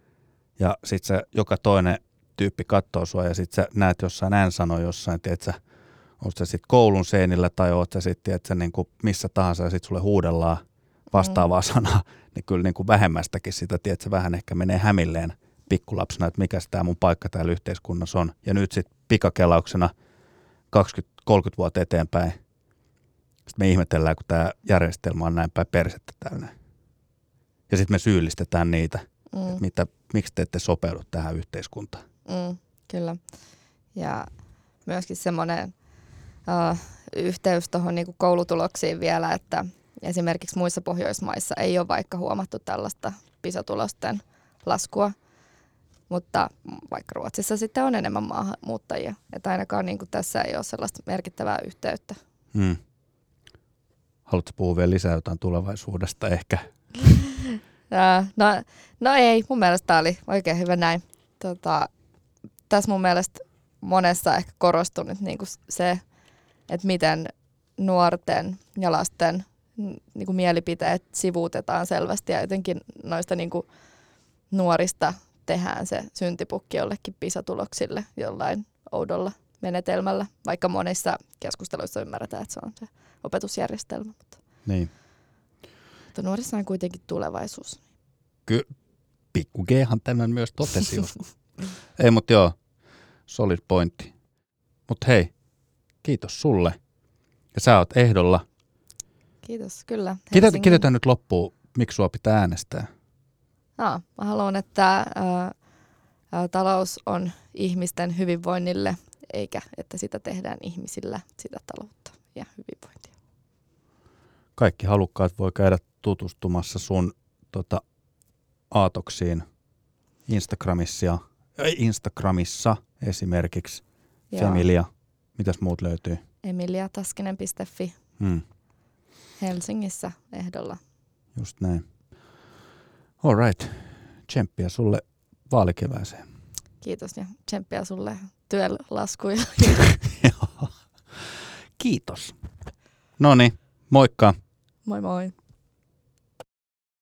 ja sitten se joka toinen tyyppi katsoo sua, ja sitten sä näet jossain N-sanoja jossain, tiedät sä, oot sä sitten koulun seinillä, tai oot sä sitten, tiedät sä, niin kuin missä tahansa, ja sitten sulle huudellaan vastaavaa mm. sanaa, niin kyllä niin kuin vähemmästäkin sitä, tiedät sä, vähän ehkä menee hämilleen pikkulapsena, että mikä tämä mun paikka täällä yhteiskunnassa on. Ja nyt sitten pikakelauksena kaksikymmentä kolmekymmentä vuotta eteenpäin, sitten me ihmetellään, kun tämä järjestelmä on näin päin persettä täynnä. Ja sitten me syyllistetään niitä, mm. että mitä, miksi te ette sopeudu tähän yhteiskuntaan. Mm, kyllä. Ja myöskin semmoinen uh, yhteys tuohon niinku koulutuloksiin vielä, että esimerkiksi muissa Pohjoismaissa ei ole vaikka huomattu tällaista PISA-tulosten laskua, mutta vaikka Ruotsissa sitten on enemmän maahanmuuttajia, että ainakaan niin kuin tässä ei ole sellaista merkittävää yhteyttä. Hmm. Haluatko puhua vielä lisää jotain tulevaisuudesta ehkä? no, no ei, mun mielestä tämä oli oikein hyvä näin. Tota, tässä mun mielestä monessa ehkä korostunut niin kuin se, että miten nuorten ja lasten niin kuin mielipiteet sivuutetaan selvästi ja jotenkin noista niin kuin nuorista tehdään se syntipukki jollekin PISA-tuloksille jollain oudolla menetelmällä, vaikka monissa keskusteluissa ymmärretään, että se on se opetusjärjestelmä. Mutta, niin. mutta nuorissa on kuitenkin tulevaisuus. Kyllä, pikku G:han tämän myös totesi joskus. Ei, mutta joo, solid pointti. Mutta hei, kiitos sulle. Ja sä oot ehdolla. Kiitos, kyllä. Kiteytä nyt loppuun, miksi sua pitää äänestää. No, mä haluan, että ää, ää, talous on ihmisten hyvinvoinnille, eikä että sitä tehdään ihmisillä, sitä taloutta ja hyvinvointia. Kaikki halukkaat voi käydä tutustumassa sun tota, aatoksiin Instagramissa, Instagramissa esimerkiksi. Joo. Femilia. Mitäs muut löytyy? emilia taskinen piste fi. Hmm. Helsingissä ehdolla. Just näin. All right. Tsemppiä sulle vaalikevääseen. Kiitos ja tsemppiä sulle työlaskuja. Kiitos. Noniin, moikka. Moi moi.